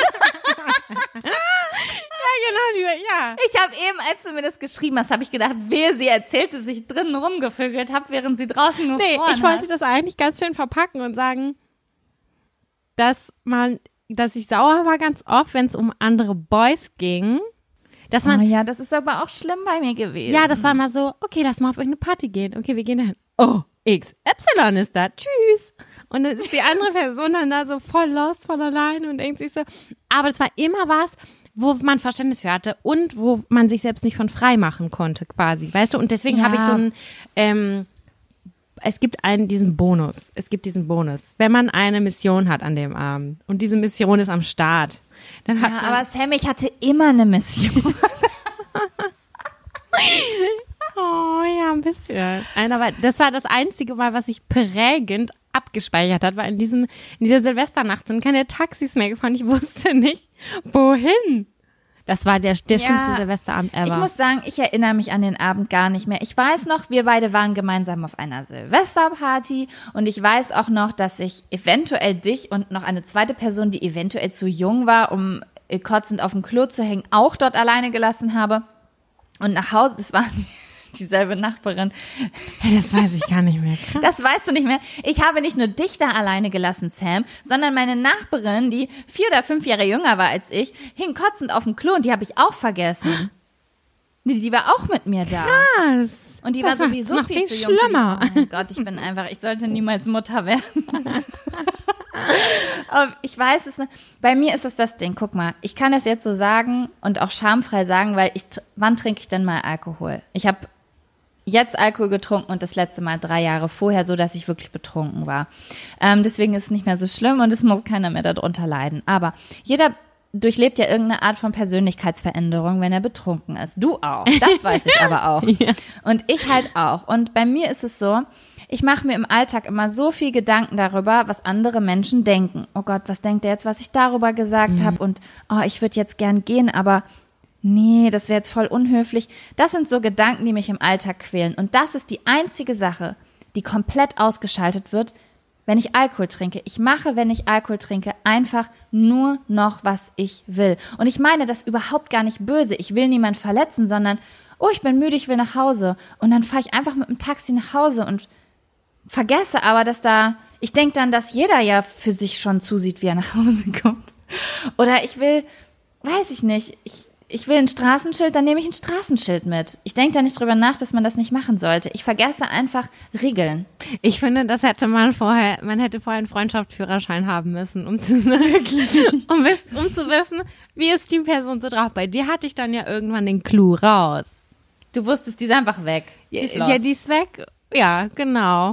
Ja, genau, die, ja. Ich habe eben, als du mir das geschrieben hast, habe ich gedacht, wehe, sie erzählt, dass ich drinnen rumgevögelt habe, während sie draußen gefroren Nee, ich hat. wollte das eigentlich ganz schön verpacken und sagen, dass man, dass ich sauer war ganz oft, wenn es um andere Boys ging. Dass man, oh ja, das ist aber auch schlimm bei mir gewesen. Ja, das war immer so, okay, lass mal auf irgendeine Party gehen. Okay, wir gehen dahin. Oh, X Y ist da. Tschüss. Und dann ist die andere Person dann da so voll lost, voll alleine und denkt sich so. Aber das war immer was, wo man Verständnis für hatte und wo man sich selbst nicht von frei machen konnte, quasi. Weißt du? Und deswegen ja. habe ich so einen, ähm, es gibt einen, diesen Bonus. Es gibt diesen Bonus. Wenn man eine Mission hat an dem Abend und diese Mission ist am Start. Dann hat ja, man, aber Sam, ich hatte immer eine Mission. Oh ja, ein bisschen. Nein, aber das war das einzige Mal, was sich prägend abgespeichert hat, weil in diesem, in dieser Silvesternacht sind keine Taxis mehr gefahren. Ich wusste nicht, wohin. Das war der, der Ja, schlimmste Silvesterabend ever. Ich muss sagen, ich erinnere mich an den Abend gar nicht mehr. Ich weiß noch, wir beide waren gemeinsam auf einer Silvesterparty und ich weiß auch noch, dass ich eventuell dich und noch eine zweite Person, die eventuell zu jung war, um kotzend auf dem Klo zu hängen, auch dort alleine gelassen habe. Und nach Hause, das war dieselbe Nachbarin. Das weiß ich gar nicht mehr. Krass. Das weißt du nicht mehr. Ich habe nicht nur dich da alleine gelassen, Sam, sondern meine Nachbarin, die vier oder fünf Jahre jünger war als ich, hing kotzend auf dem Klo und die habe ich auch vergessen. Die, die war auch mit mir da. Krass. Und die das war sowieso noch viel, viel zu jung. schlimmer. Oh mein Gott, ich bin einfach, ich sollte niemals Mutter werden. Aber ich weiß es nicht. Bei mir ist es das Ding, guck mal, ich kann das jetzt so sagen und auch schamfrei sagen, weil ich, wann trinke ich denn mal Alkohol? Ich habe jetzt Alkohol getrunken und das letzte Mal drei Jahre vorher, so dass ich wirklich betrunken war. Ähm, deswegen ist es nicht mehr so schlimm und es muss keiner mehr darunter leiden. Aber jeder durchlebt ja irgendeine Art von Persönlichkeitsveränderung, wenn er betrunken ist. Du auch. Das weiß ich aber auch. Ja. Und ich halt auch. Und bei mir ist es so, ich mache mir im Alltag immer so viel Gedanken darüber, was andere Menschen denken. Oh Gott, was denkt der jetzt, was ich darüber gesagt mhm. habe? Und oh, ich würde jetzt gern gehen, aber nee, das wäre jetzt voll unhöflich. Das sind so Gedanken, die mich im Alltag quälen. Und das ist die einzige Sache, die komplett ausgeschaltet wird, wenn ich Alkohol trinke. Ich mache, wenn ich Alkohol trinke, einfach nur noch, was ich will. Und ich meine das überhaupt gar nicht böse. Ich will niemand verletzen, sondern, oh, ich bin müde, ich will nach Hause. Und dann fahre ich einfach mit dem Taxi nach Hause und vergesse aber, dass da, ich denke dann, dass jeder ja für sich schon zusieht, wie er nach Hause kommt. Oder ich will, weiß ich nicht, ich Ich will ein Straßenschild, dann nehme ich ein Straßenschild mit. Ich denke da nicht drüber nach, dass man das nicht machen sollte. Ich vergesse einfach Regeln. Ich finde, das hätte man vorher, man hätte vorher einen Freundschaftsführerschein haben müssen, um zu, um, um zu wissen, wie ist die Person so drauf. Bei dir hatte ich dann ja irgendwann den Clou raus. Du wusstest, die ist einfach weg. Die ist ja, die ist weg. Ja, genau.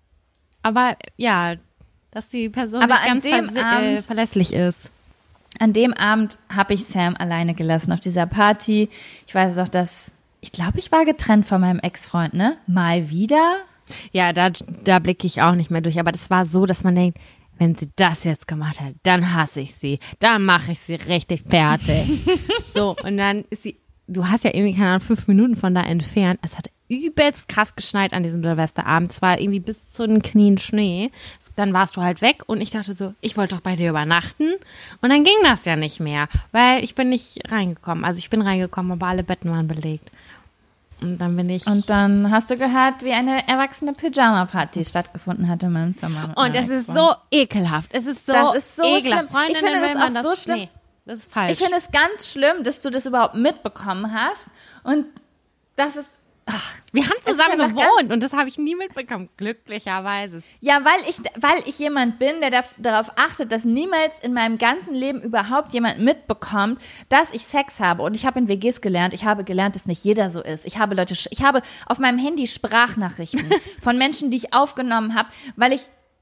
Aber ja, dass die Person Aber nicht ganz dem vers- Abend, äh, verlässlich ist. An dem Abend habe ich Sam alleine gelassen auf dieser Party. Ich weiß doch, dass, ich glaube, ich war getrennt von meinem Ex-Freund, ne? Mal wieder. Ja, da, da blicke ich auch nicht mehr durch. Aber das war so, dass man denkt, wenn sie das jetzt gemacht hat, dann hasse ich sie. Dann mache ich sie richtig fertig. So, und dann ist sie, du hast ja irgendwie, keine Ahnung, fünf Minuten von da entfernt. Es hat übelst krass geschneit an diesem Silvesterabend. Es war irgendwie bis zu den Knien Schnee. Dann warst du halt weg und ich dachte so, ich wollte doch bei dir übernachten. Und dann ging das ja nicht mehr, weil ich bin nicht reingekommen. Also ich bin reingekommen, aber alle Betten waren belegt. Und dann bin ich... Und dann hast du gehört, wie eine erwachsene Pyjama-Party stattgefunden hat in meinem Zimmer. Und es ist so ekelhaft. Es ist so Das ist so ekelhaft. schlimm. Ich finde das auch das, so schlimm. Nee, das ist falsch. Ich finde es ganz schlimm, dass du das überhaupt mitbekommen hast. Und das ist... Ach, wir haben zusammen ja gewohnt und das habe ich nie mitbekommen, glücklicherweise. Ja, weil ich, weil ich jemand bin, der da, darauf achtet, dass niemals in meinem ganzen Leben überhaupt jemand mitbekommt, dass ich Sex habe. Und ich habe in W Gs gelernt, ich habe gelernt, dass nicht jeder so ist. Ich habe Leute, ich habe auf meinem Handy Sprachnachrichten von Menschen, die ich aufgenommen habe, weil ich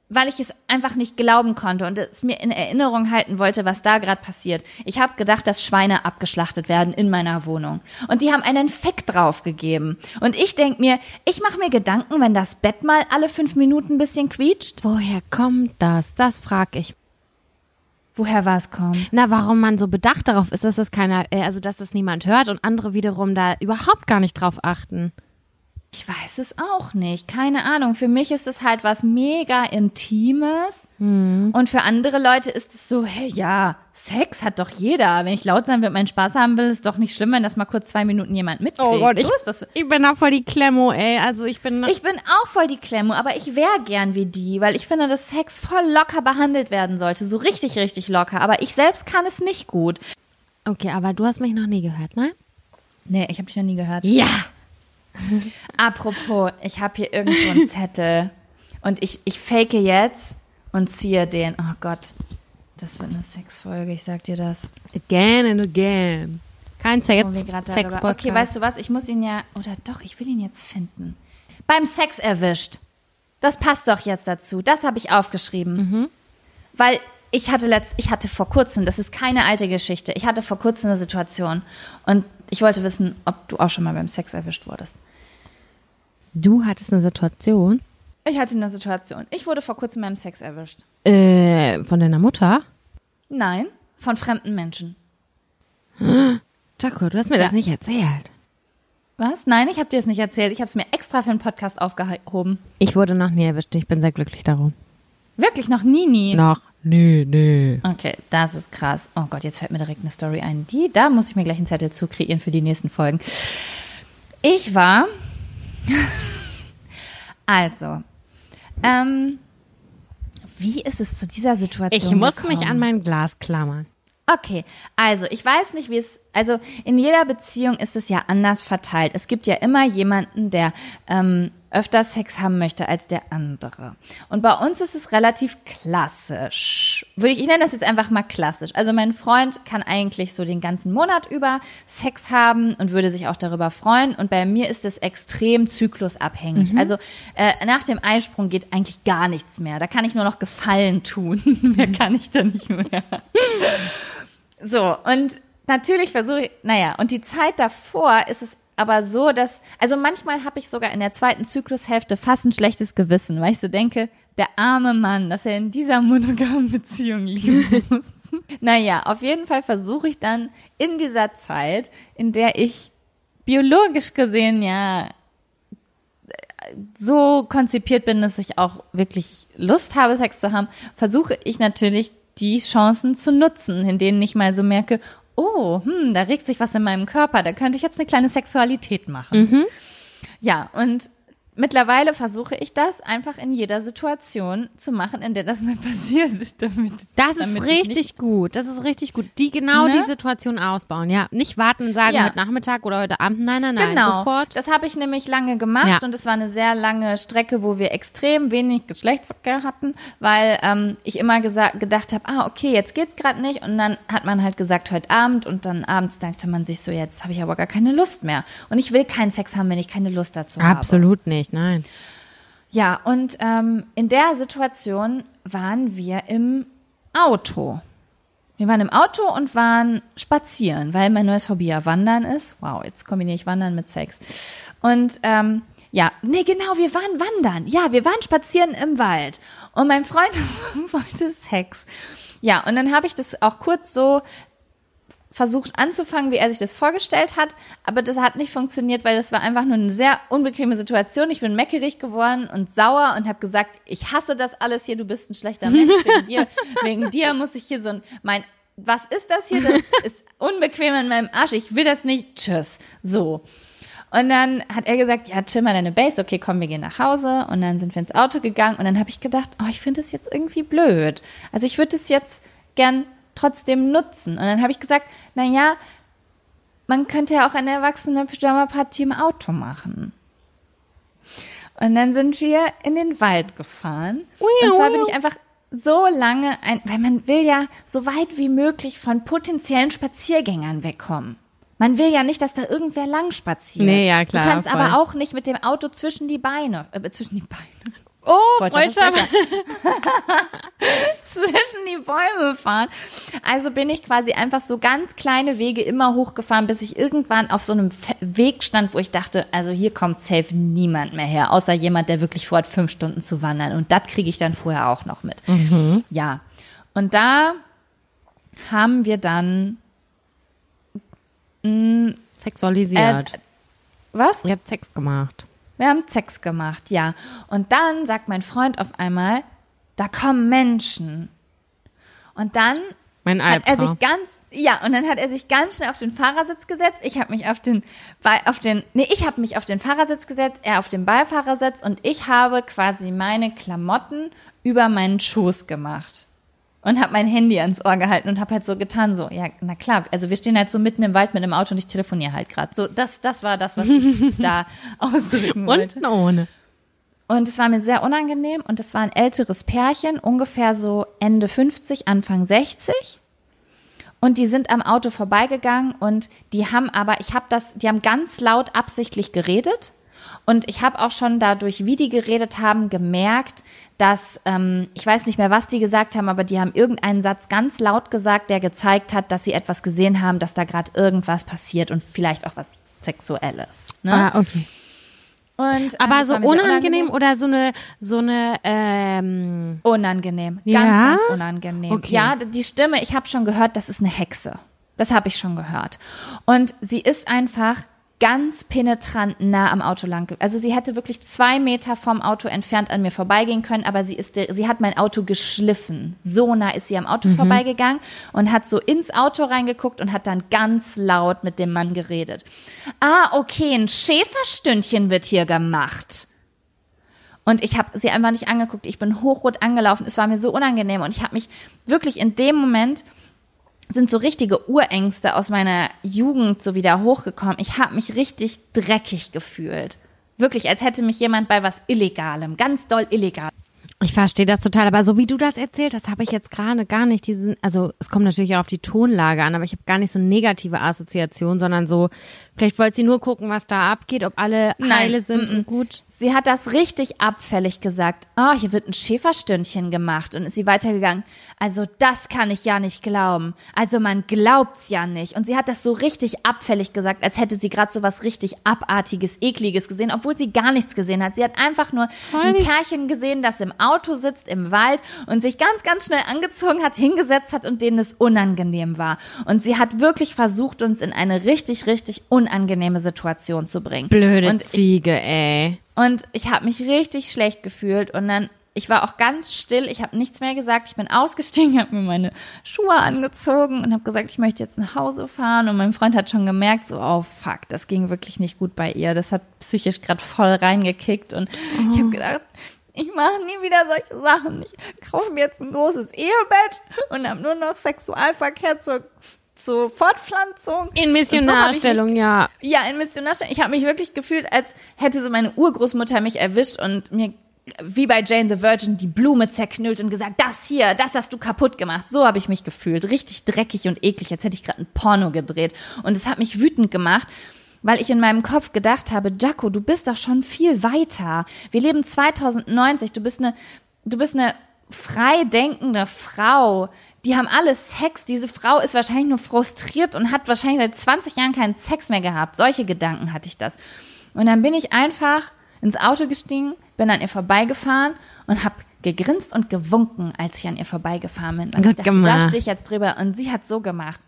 weil ich es einfach nicht glauben konnte und es mir in Erinnerung halten wollte, was da gerade passiert. Ich habe gedacht, dass Schweine abgeschlachtet werden in meiner Wohnung. Und die haben einen Fick drauf gegeben. Und ich denk mir, ich mache mir Gedanken, wenn das Bett mal alle fünf Minuten ein bisschen quietscht. Woher kommt das? Das frag ich. Woher was kommt? Na, warum man so bedacht darauf ist, dass das keiner, also dass das niemand hört und andere wiederum da überhaupt gar nicht drauf achten. Ich weiß es auch nicht. Keine Ahnung. Für mich ist es halt was mega Intimes. Hm. Und für andere Leute ist es so, hey, ja, Sex hat doch jeder. Wenn ich laut sein will, meinen Spaß haben will, ist doch nicht schlimm, wenn das mal kurz zwei Minuten jemand mitkriegt. Oh Gott, ich, so ist das. Ich bin da voll die Klemmo, ey. Also ich bin... Ich bin auch voll die Klemmo, aber ich wäre gern wie die, weil ich finde, dass Sex voll locker behandelt werden sollte. So richtig, richtig locker. Aber ich selbst kann es nicht gut. Okay, aber du hast mich noch nie gehört, ne? Nee, ich habe dich noch nie gehört. Ja! Apropos, ich habe hier irgendwo einen Zettel und ich, ich fake jetzt und ziehe den. Oh Gott, das wird eine Sexfolge, ich sag dir das. Again and again. Kein Sex, Sex Okay, weißt du was, ich muss ihn ja, oder doch, ich will ihn jetzt finden. Beim Sex erwischt. Das passt doch jetzt dazu. Das habe ich aufgeschrieben. Mhm. Weil ich hatte letzt, ich hatte vor kurzem, das ist keine alte Geschichte, ich hatte vor kurzem eine Situation und ich wollte wissen, ob du auch schon mal beim Sex erwischt wurdest. Du hattest eine Situation? Ich hatte eine Situation. Ich wurde vor kurzem beim Sex erwischt. Äh, von deiner Mutter? Nein, von fremden Menschen. Jaco, du hast mir Ja. das nicht erzählt. Was? Nein, ich habe dir das nicht erzählt. Ich habe es mir extra für einen Podcast aufgehoben. Ich wurde noch nie erwischt. Ich bin sehr glücklich darum. Wirklich noch nie, nie. Noch? Nee, nee. Okay, das ist krass. Oh Gott, jetzt fällt mir direkt eine Story ein. Die, da muss ich mir gleich einen Zettel zu kreieren für die nächsten Folgen. Ich war... also, ähm, wie ist es zu dieser Situation Ich muss gekommen? mich an mein Glas klammern. Okay, also ich weiß nicht, wie es, also in jeder Beziehung ist es ja anders verteilt. Es gibt ja immer jemanden, der ähm, öfter Sex haben möchte als der andere. Und bei uns ist es relativ klassisch. Würde ich, ich nenne das jetzt einfach mal klassisch. Also mein Freund kann eigentlich so den ganzen Monat über Sex haben und würde sich auch darüber freuen. Und bei mir ist es extrem zyklusabhängig. Also äh, nach dem Eisprung geht eigentlich gar nichts mehr. Da kann ich nur noch Gefallen tun. Mehr kann ich da nicht mehr. So, und natürlich versuche ich, naja, und die Zeit davor ist es aber so, dass, also manchmal habe ich sogar in der zweiten Zyklushälfte fast ein schlechtes Gewissen, weil ich so denke, der arme Mann, dass er in dieser monogamen Beziehung leben muss. Naja, auf jeden Fall versuche ich dann in dieser Zeit, in der ich biologisch gesehen ja so konzipiert bin, dass ich auch wirklich Lust habe, Sex zu haben, versuche ich natürlich die Chancen zu nutzen, in denen ich mal so merke, oh, hm, da regt sich was in meinem Körper, da könnte ich jetzt eine kleine Sexualität machen. Mhm. Ja, und mittlerweile versuche ich das einfach in jeder Situation zu machen, in der das mal passiert ist. Damit, Das ist damit ich richtig nicht, gut. Das ist richtig gut. Die genau Ne? die Situation ausbauen. Ja, nicht warten und sagen, Ja. heute Nachmittag oder heute Abend. Nein, nein, nein. Genau, Sofort. das habe ich nämlich lange gemacht Ja. und es war eine sehr lange Strecke, wo wir extrem wenig Geschlechtsverkehr hatten, weil ähm, ich immer gesagt, gedacht habe, ah, okay, jetzt geht's gerade nicht und dann hat man halt gesagt, heute Abend und dann abends dachte man sich so, jetzt habe ich aber gar keine Lust mehr und ich will keinen Sex haben, wenn ich keine Lust dazu habe. Absolut nicht, nein. Ja, und ähm, in der Situation waren wir im Auto. Wir waren im Auto und waren spazieren, weil mein neues Hobby ja Wandern ist. Wow, jetzt kombiniere ich Wandern mit Sex. Und ähm, ja, nee, genau, wir waren wandern. Ja, wir waren spazieren im Wald. Und mein Freund wollte Sex. Ja, und dann habe ich das auch kurz so versucht anzufangen, wie er sich das vorgestellt hat, aber das hat nicht funktioniert, weil das war einfach nur eine sehr unbequeme Situation. Ich bin meckerig geworden und sauer und habe gesagt, ich hasse das alles hier, du bist ein schlechter Mensch, wegen dir, wegen dir muss ich hier so ein, mein, was ist das hier, das ist unbequem in meinem Arsch, ich will das nicht, tschüss, so. Und dann hat er gesagt, ja, chill mal deine Base, okay, komm, wir gehen nach Hause. Und dann sind wir ins Auto gegangen und dann habe ich gedacht, oh, ich finde das jetzt irgendwie blöd. Also ich würde das jetzt gern trotzdem nutzen. Und dann habe ich gesagt, na ja, man könnte ja auch eine erwachsene Pyjama-Party im Auto machen. Und dann sind wir in den Wald gefahren. Und zwar bin ich einfach so lange, ein, weil man will ja so weit wie möglich von potenziellen Spaziergängern wegkommen. Man will ja nicht, dass da irgendwer lang spaziert. Nee, ja, klar, Du kannst voll. aber auch nicht mit dem Auto zwischen die Beine, äh, zwischen die Beine. Oh, Freundschaft. Zwischen die Bäume fahren. Also bin ich quasi einfach so ganz kleine Wege immer hochgefahren, bis ich irgendwann auf so einem Weg stand, wo ich dachte, also hier kommt safe niemand mehr her, außer jemand, der wirklich vorhat, fünf Stunden zu wandern. Und das kriege ich dann vorher auch noch mit. Mhm. Ja. Und da haben wir dann mh, sexualisiert. Äh, was? Ihr habt Sex gemacht. Wir haben Sex gemacht, ja. Und dann sagt mein Freund auf einmal, da kommen Menschen. Und dann mein hat er Albtraum. sich ganz, ja, und dann hat er sich ganz schnell auf den Fahrersitz gesetzt. Ich habe mich auf den, auf den, nee, ich habe mich auf den Fahrersitz gesetzt, er auf den Beifahrersitz und ich habe quasi meine Klamotten über meinen Schoß gemacht. Und habe mein Handy ans Ohr gehalten und habe halt so getan, so, ja, na klar, also wir stehen halt so mitten im Wald mit einem Auto und ich telefoniere halt gerade. So, das, das war das, was ich da ausdrücken wollte. Und ohne. Und es war mir sehr unangenehm und es war ein älteres Pärchen, ungefähr so Ende fünfzig, Anfang sechzig. Und die sind am Auto vorbeigegangen und die haben aber, ich habe das, die haben ganz laut absichtlich geredet. Und ich habe auch schon dadurch, wie die geredet haben, gemerkt, dass, ähm, ich weiß nicht mehr, was die gesagt haben, aber die haben irgendeinen Satz ganz laut gesagt, der gezeigt hat, dass sie etwas gesehen haben, dass da gerade irgendwas passiert und vielleicht auch was Sexuelles. Ne? Ah, okay. Und, aber ähm, so unangenehm, unangenehm oder so eine, so eine, ähm Unangenehm, ganz, ja? ganz unangenehm. Okay. Ja, die Stimme, ich habe schon gehört, das ist eine Hexe. Das habe ich schon gehört. Und sie ist einfach ganz penetrant nah am Auto lang. Also sie hätte wirklich zwei Meter vom Auto entfernt an mir vorbeigehen können, aber sie ist, sie hat mein Auto geschliffen. So nah ist sie am Auto mhm. vorbeigegangen und hat so ins Auto reingeguckt und hat dann ganz laut mit dem Mann geredet. Ah, okay, ein Schäferstündchen wird hier gemacht. Und ich habe sie einfach nicht angeguckt. Ich bin hochrot angelaufen. Es war mir so unangenehm und ich habe mich wirklich in dem Moment sind so richtige Urängste aus meiner Jugend so wieder hochgekommen. Ich habe mich richtig dreckig gefühlt. Wirklich, als hätte mich jemand bei was Illegalem, ganz doll illegal. Ich verstehe das total, aber so wie du das erzählt hast, habe ich jetzt gerade gar nicht diesen, also es kommt natürlich auch auf die Tonlage an, aber ich habe gar nicht so negative Assoziationen, sondern so, vielleicht wollte sie nur gucken, was da abgeht, ob alle heile sind m-m. und gut. Sie hat das richtig abfällig gesagt. Oh, hier wird ein Schäferstündchen gemacht und ist sie weitergegangen. Also das kann ich ja nicht glauben. Also man glaubt's ja nicht. Und sie hat das so richtig abfällig gesagt, als hätte sie gerade so was richtig Abartiges, Ekliges gesehen, obwohl sie gar nichts gesehen hat. Sie hat einfach nur Voll ein nicht. Pärchen gesehen, das im Auto sitzt, im Wald und sich ganz, ganz schnell angezogen hat, hingesetzt hat und denen es unangenehm war. Und sie hat wirklich versucht, uns in eine richtig, richtig unangenehme Situation zu bringen. Blöde und ich, Ziege, ey. Und ich habe mich richtig schlecht gefühlt und dann, ich war auch ganz still, ich habe nichts mehr gesagt, ich bin ausgestiegen, habe mir meine Schuhe angezogen und habe gesagt, ich möchte jetzt nach Hause fahren und mein Freund hat schon gemerkt, so, oh fuck, das ging wirklich nicht gut bei ihr, das hat psychisch gerade voll reingekickt und oh. ich habe gedacht, ich mache nie wieder solche Sachen, ich kaufe mir jetzt ein großes Ehebett und habe nur noch Sexualverkehr zur zur Fortpflanzung. In Missionarstellung, so ja. Ja, in Missionarstellung. Ich habe mich wirklich gefühlt, als hätte so meine Urgroßmutter mich erwischt und mir, wie bei Jane the Virgin, die Blume zerknüllt und gesagt, das hier, das hast du kaputt gemacht. So habe ich mich gefühlt. Richtig dreckig und eklig, als hätte ich gerade ein Porno gedreht. Und es hat mich wütend gemacht, weil ich in meinem Kopf gedacht habe, Jaco, du bist doch schon viel weiter. Wir leben zweitausendneunzig, du bist eine, du bist eine frei denkende Frau. Die haben alle Sex. Diese Frau ist wahrscheinlich nur frustriert und hat wahrscheinlich seit zwanzig Jahren keinen Sex mehr gehabt. Solche Gedanken hatte ich das. Und dann bin ich einfach ins Auto gestiegen, bin an ihr vorbeigefahren und habe gegrinst und gewunken, als ich an ihr vorbeigefahren bin. Und Gut ich dachte, gemacht. da stehe ich jetzt drüber. Und sie hat so gemacht.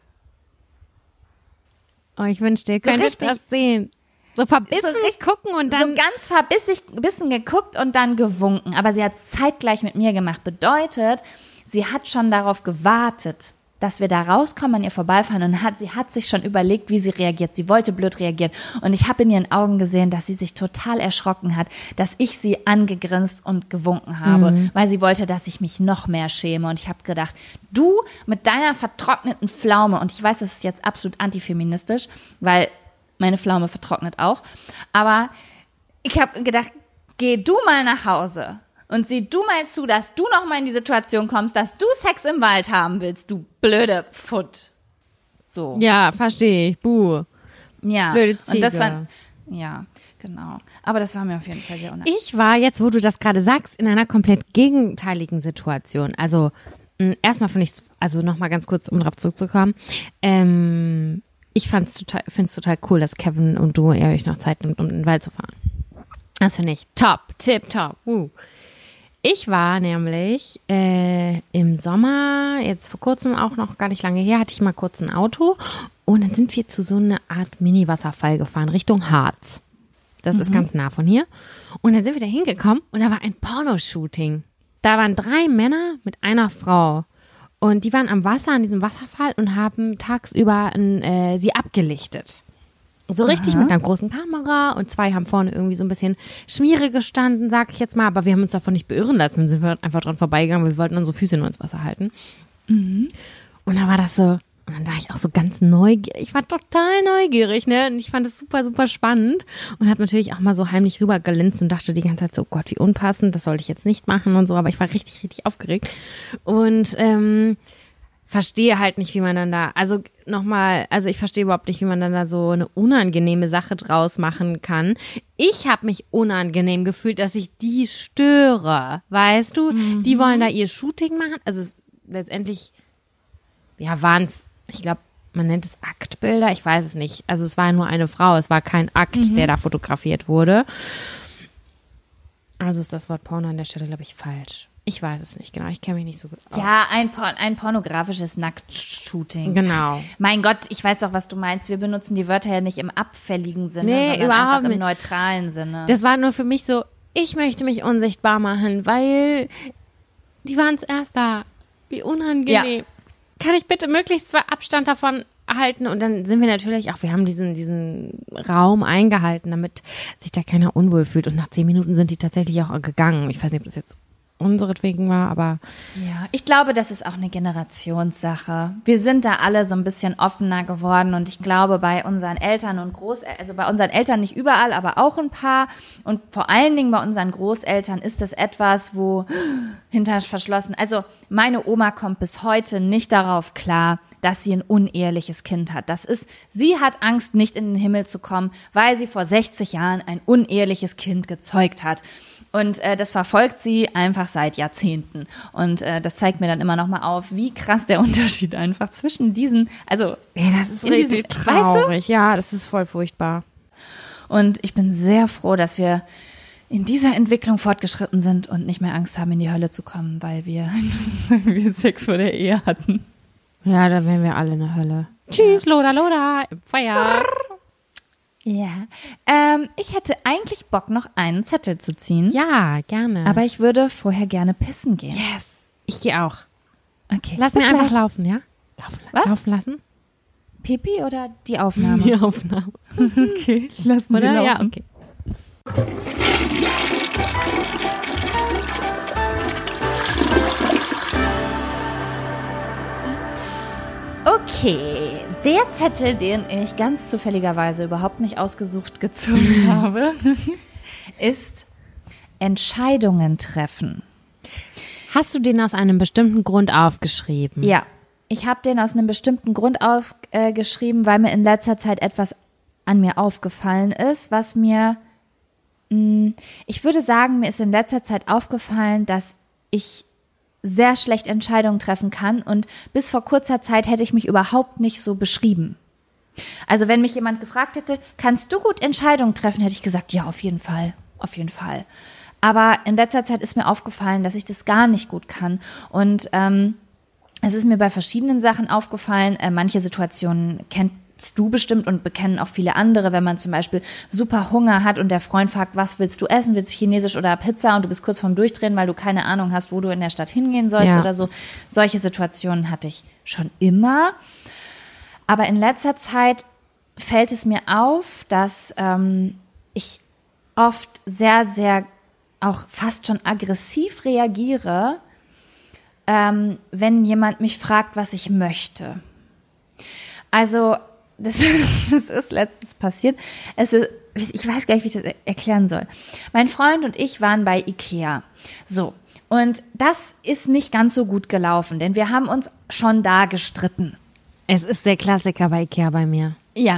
Oh, ich wünschte, ihr So könntet richtig- das sehen. So verbissen So richtig- gucken und dann... so ganz verbissig, bisschen geguckt und dann gewunken. Aber sie hat es zeitgleich mit mir gemacht. Bedeutet, sie hat schon darauf gewartet, dass wir da rauskommen, an ihr vorbeifahren und hat, sie hat sich schon überlegt, wie sie reagiert. Sie wollte blöd reagieren. Und ich habe in ihren Augen gesehen, dass sie sich total erschrocken hat, dass ich sie angegrinst und gewunken habe, mhm. weil sie wollte, dass ich mich noch mehr schäme. Und ich habe gedacht, du mit deiner vertrockneten Pflaume, und ich weiß, das ist jetzt absolut antifeministisch, weil meine Pflaume vertrocknet auch, aber ich habe gedacht, geh du mal nach Hause. Und sieh du mal zu, dass du noch mal in die Situation kommst, dass du Sex im Wald haben willst, du blöde Pfutt. So. Ja, verstehe ich. Buh. Ja. Blöde Ziege. Und das war, Ja, genau. Aber das war mir auf jeden Fall sehr unangenehm. Ich war jetzt, wo du das gerade sagst, in einer komplett gegenteiligen Situation. Also mh, erstmal finde ich, also nochmal ganz kurz, um darauf zurückzukommen, ähm, ich fand's total, finde es total cool, dass Kevin und du ihr euch noch Zeit nimmt, um in den Wald zu fahren. Das finde ich top, tip, top. Uh. Ich war nämlich äh, im Sommer, jetzt vor kurzem auch noch gar nicht lange her, hatte ich mal kurz ein Auto und dann sind wir zu so einer Art Mini-Wasserfall gefahren, Richtung Harz. Das mhm. ist ganz nah von hier. Und dann sind wir da hingekommen und da war ein Pornoshooting. Da waren drei Männer mit einer Frau. Und die waren am Wasser, an diesem Wasserfall und haben tagsüber ein, äh, sie abgelichtet. So richtig Aha. mit einer großen Kamera und zwei haben vorne irgendwie so ein bisschen Schmiere gestanden, sag ich jetzt mal. Aber wir haben uns davon nicht beirren lassen. Dann sind wir einfach dran vorbeigegangen. Wir wollten unsere Füße nur ins Wasser halten. Mhm. Und dann war das so, und dann war ich auch so ganz neugierig. Ich war total neugierig, ne? Und ich fand es super, super spannend. Und habe natürlich auch mal so heimlich rübergelinst und dachte die ganze Zeit so, oh Gott, wie unpassend, das sollte ich jetzt nicht machen und so. Aber ich war richtig, richtig aufgeregt. Und ähm, verstehe halt nicht, wie man dann da, also nochmal, also ich verstehe überhaupt nicht, wie man dann da so eine unangenehme Sache draus machen kann. Ich habe mich unangenehm gefühlt, dass ich die störe, weißt du? Mhm. Die wollen da ihr Shooting machen. Also es, letztendlich, ja, waren es, ich glaube, man nennt es Aktbilder, ich weiß es nicht. Also es war ja nur eine Frau, es war kein Akt, mhm. der da fotografiert wurde. Also ist das Wort Porno an der Stelle, glaube ich, falsch. Ich weiß es nicht genau, ich kenne mich nicht so gut aus. Ja, ein, Por- ein pornografisches Nacktshooting. Genau. Mein Gott, ich weiß doch, was du meinst. Wir benutzen die Wörter ja nicht im abfälligen Sinne, nee, sondern überhaupt einfach im nicht. neutralen Sinne. Das war nur für mich so, ich möchte mich unsichtbar machen, weil die waren zuerst da. Wie unangenehm. Ja. Kann ich bitte möglichst Abstand davon halten? Und dann sind wir natürlich auch, wir haben diesen, diesen Raum eingehalten, damit sich da keiner unwohl fühlt. Und nach zehn Minuten sind die tatsächlich auch gegangen. Ich weiß nicht, ob das jetzt unseretwegen war, aber ja, ich glaube, das ist auch eine Generationssache. Wir sind da alle so ein bisschen offener geworden und ich glaube, bei unseren Eltern und Großeltern, also bei unseren Eltern nicht überall, aber auch ein paar und vor allen Dingen bei unseren Großeltern ist das etwas, wo hinter verschlossen, also meine Oma kommt bis heute nicht darauf klar, dass sie ein uneheliches Kind hat. Das ist, sie hat Angst, nicht in den Himmel zu kommen, weil sie vor sechzig Jahren ein uneheliches Kind gezeugt hat. Und äh, das verfolgt sie einfach seit Jahrzehnten. Und äh, das zeigt mir dann immer noch mal auf, wie krass der Unterschied einfach zwischen diesen, also ja, das ist richtig diesen, traurig. Weißt du? Ja, das ist voll furchtbar. Und ich bin sehr froh, dass wir in dieser Entwicklung fortgeschritten sind und nicht mehr Angst haben, in die Hölle zu kommen, weil wir, weil wir Sex vor der Ehe hatten. Ja, dann wären wir alle in der Hölle. Ja. Tschüss, Loda, Loda, im Feier. Ja, ähm, ich hätte eigentlich Bock, noch einen Zettel zu ziehen. Ja, gerne. Aber ich würde vorher gerne pissen gehen. Yes, ich gehe auch. Okay. Lass mir einfach laufen, ja? Laufen, Was? laufen lassen. Pipi oder die Aufnahme? Die Aufnahme. Okay, lassen Sie laufen. Ja, okay. Okay, der Zettel, den ich ganz zufälligerweise überhaupt nicht ausgesucht gezogen habe, ist Entscheidungen treffen. Hast du den aus einem bestimmten Grund aufgeschrieben? Ja, ich habe den aus einem bestimmten Grund aufgeschrieben, äh, weil mir in letzter Zeit etwas an mir aufgefallen ist, was mir, mh, ich würde sagen, mir ist in letzter Zeit aufgefallen, dass ich sehr schlecht Entscheidungen treffen kann und bis vor kurzer Zeit hätte ich mich überhaupt nicht so beschrieben. Also wenn mich jemand gefragt hätte, kannst du gut Entscheidungen treffen, hätte ich gesagt, ja, auf jeden Fall, auf jeden Fall. Aber in letzter Zeit ist mir aufgefallen, dass ich das gar nicht gut kann und ähm, es ist mir bei verschiedenen Sachen aufgefallen, äh, manche Situationen kennt du bestimmt und bekennen auch viele andere, wenn man zum Beispiel super Hunger hat und der Freund fragt, was willst du essen? Willst du Chinesisch oder Pizza? Und du bist kurz vorm Durchdrehen, weil du keine Ahnung hast, wo du in der Stadt hingehen sollst ja. oder so. Solche Situationen hatte ich schon immer. Aber in letzter Zeit fällt es mir auf, dass ähm, ich oft sehr, sehr auch fast schon aggressiv reagiere, ähm, wenn jemand mich fragt, was ich möchte. Also Das, das ist letztens passiert. Es ist, ich weiß gar nicht, wie ich das erklären soll. Mein Freund und ich waren bei Ikea. So. Und das ist nicht ganz so gut gelaufen, denn wir haben uns schon da gestritten. Es ist der Klassiker bei Ikea bei mir. Ja.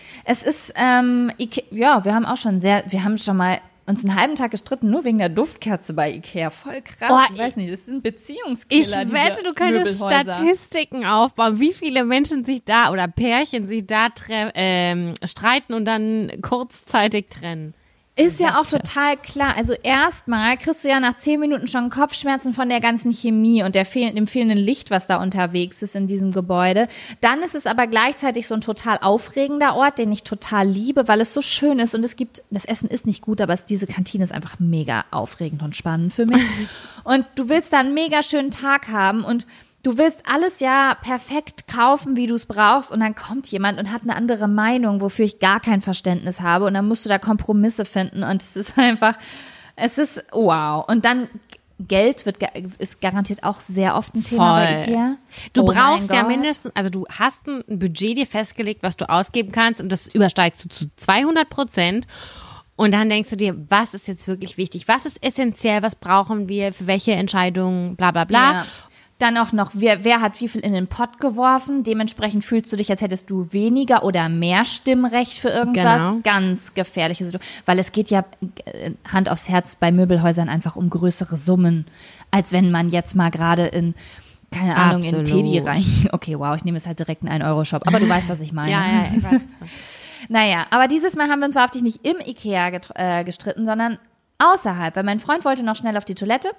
Es ist, ähm, Ike- ja, wir haben auch schon sehr, wir haben schon mal uns einen halben Tag gestritten, nur wegen der Duftkerze bei Ikea. Voll krass. Oh, ich weiß nicht, das ist ein Ich Beziehungskiller. wette, du könntest Möbelhäuser. Statistiken aufbauen, wie viele Menschen sich da oder Pärchen sich da tre- ähm, streiten und dann kurzzeitig trennen. Ist ja auch total klar. Also erstmal kriegst du ja nach zehn Minuten schon Kopfschmerzen von der ganzen Chemie und der fehl- dem fehlenden Licht, was da unterwegs ist in diesem Gebäude. Dann ist es aber gleichzeitig so ein total aufregender Ort, den ich total liebe, weil es so schön ist und es gibt, das Essen ist nicht gut, aber es, diese Kantine ist einfach mega aufregend und spannend für mich. Und du willst da einen mega schönen Tag haben und du willst alles ja perfekt kaufen, wie du es brauchst und dann kommt jemand und hat eine andere Meinung, wofür ich gar kein Verständnis habe und dann musst du da Kompromisse finden und es ist einfach, es ist wow. Und dann Geld wird ist garantiert auch sehr oft ein Thema Voll. bei Ikea. Du Oh brauchst mein ja Gott. mindestens, also du hast ein Budget dir festgelegt, was du ausgeben kannst und das übersteigst du zu zweihundert Prozent. Und dann denkst du dir, was ist jetzt wirklich wichtig? Was ist essentiell? Was brauchen wir? Für welche Entscheidungen? Bla, bla, bla. Ja. Dann auch noch, wer, wer hat wie viel in den Pott geworfen? Dementsprechend fühlst du dich, als hättest du weniger oder mehr Stimmrecht für irgendwas. Genau. Ganz gefährliche Situation. Weil es geht ja äh, Hand aufs Herz bei Möbelhäusern einfach um größere Summen, als wenn man jetzt mal gerade in, keine Ahnung, Absolut. in Teddy rein. Okay, wow, ich nehme jetzt halt direkt einen ein-Euro-Shop. Aber du weißt, was ich meine. Ja, ja, ich weiß. Naja, aber dieses Mal haben wir uns wahrhaftig nicht im Ikea getr- äh, gestritten, sondern außerhalb, weil mein Freund wollte noch schnell auf die Toilette.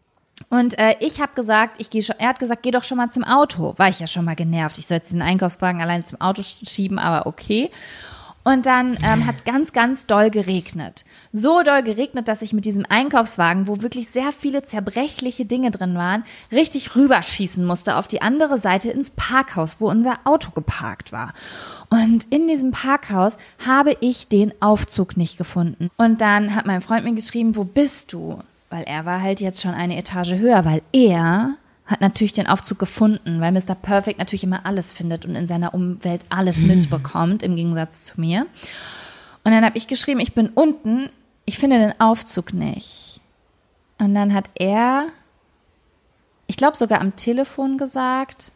Und äh, ich habe gesagt, ich gehe schon, er hat gesagt, geh doch schon mal zum Auto. War ich ja schon mal genervt. Ich soll jetzt diesen Einkaufswagen alleine zum Auto schieben, aber okay. Und dann ähm, hat es ganz, ganz doll geregnet. So doll geregnet, dass ich mit diesem Einkaufswagen, wo wirklich sehr viele zerbrechliche Dinge drin waren, richtig rüberschießen musste auf die andere Seite ins Parkhaus, wo unser Auto geparkt war. Und in diesem Parkhaus habe ich den Aufzug nicht gefunden. Und dann hat mein Freund mir geschrieben, wo bist du? Weil er war halt jetzt schon eine Etage höher, weil er hat natürlich den Aufzug gefunden, weil Mister Perfect natürlich immer alles findet und in seiner Umwelt alles mitbekommt, im Gegensatz zu mir. Und dann habe ich geschrieben, ich bin unten, ich finde den Aufzug nicht. Und dann hat er, ich glaube sogar am Telefon gesagt,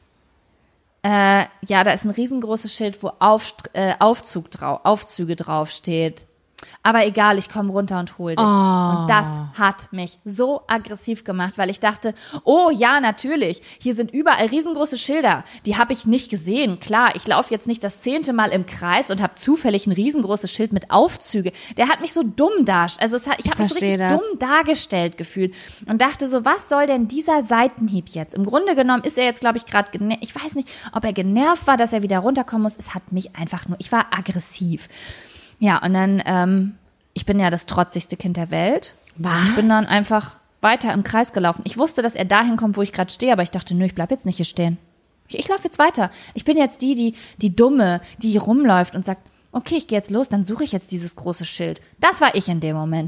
äh, ja, da ist ein riesengroßes Schild, wo Auf, äh, Aufzug drau- Aufzüge draufsteht. Aber egal, ich komme runter und hol dich. Oh. Und das hat mich so aggressiv gemacht, weil ich dachte, oh ja, natürlich, hier sind überall riesengroße Schilder. Die habe ich nicht gesehen. Klar, ich laufe jetzt nicht das zehnte Mal im Kreis und habe zufällig ein riesengroßes Schild mit Aufzüge. Der hat mich so dumm dargestellt. Also es hat, ich habe mich so verstehe richtig das. dumm dargestellt gefühlt und dachte so, was soll denn dieser Seitenhieb jetzt? Im Grunde genommen ist er jetzt, glaube ich, gerade, gene- ich weiß nicht, ob er genervt war, dass er wieder runterkommen muss. Es hat mich einfach nur, ich war aggressiv. Ja, und dann, ähm, ich bin ja das trotzigste Kind der Welt. Was? Ich bin dann einfach weiter im Kreis gelaufen. Ich wusste, dass er dahin kommt, wo ich gerade stehe, aber ich dachte, nö, ich bleib jetzt nicht hier stehen. Ich, ich laufe jetzt weiter. Ich bin jetzt die, die, die Dumme, die hier rumläuft und sagt, okay, ich gehe jetzt los, dann suche ich jetzt dieses große Schild. Das war ich in dem Moment.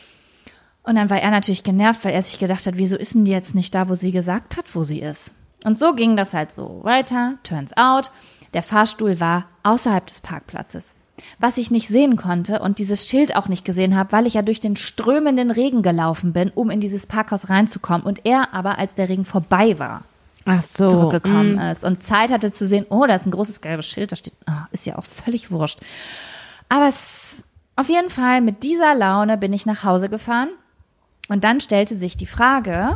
Und dann war er natürlich genervt, weil er sich gedacht hat, wieso ist denn die jetzt nicht da, wo sie gesagt hat, wo sie ist? Und so ging das halt so weiter. Turns out, der Fahrstuhl war außerhalb des Parkplatzes. Was ich nicht sehen konnte und dieses Schild auch nicht gesehen habe, weil ich ja durch den strömenden Regen gelaufen bin, um in dieses Parkhaus reinzukommen. Und er aber, als der Regen vorbei war, Ach so. zurückgekommen mm. ist und Zeit hatte zu sehen, oh, da ist ein großes gelbes Schild, da steht, oh, ist ja auch völlig wurscht. Aber es, auf jeden Fall mit dieser Laune bin ich nach Hause gefahren und dann stellte sich die Frage,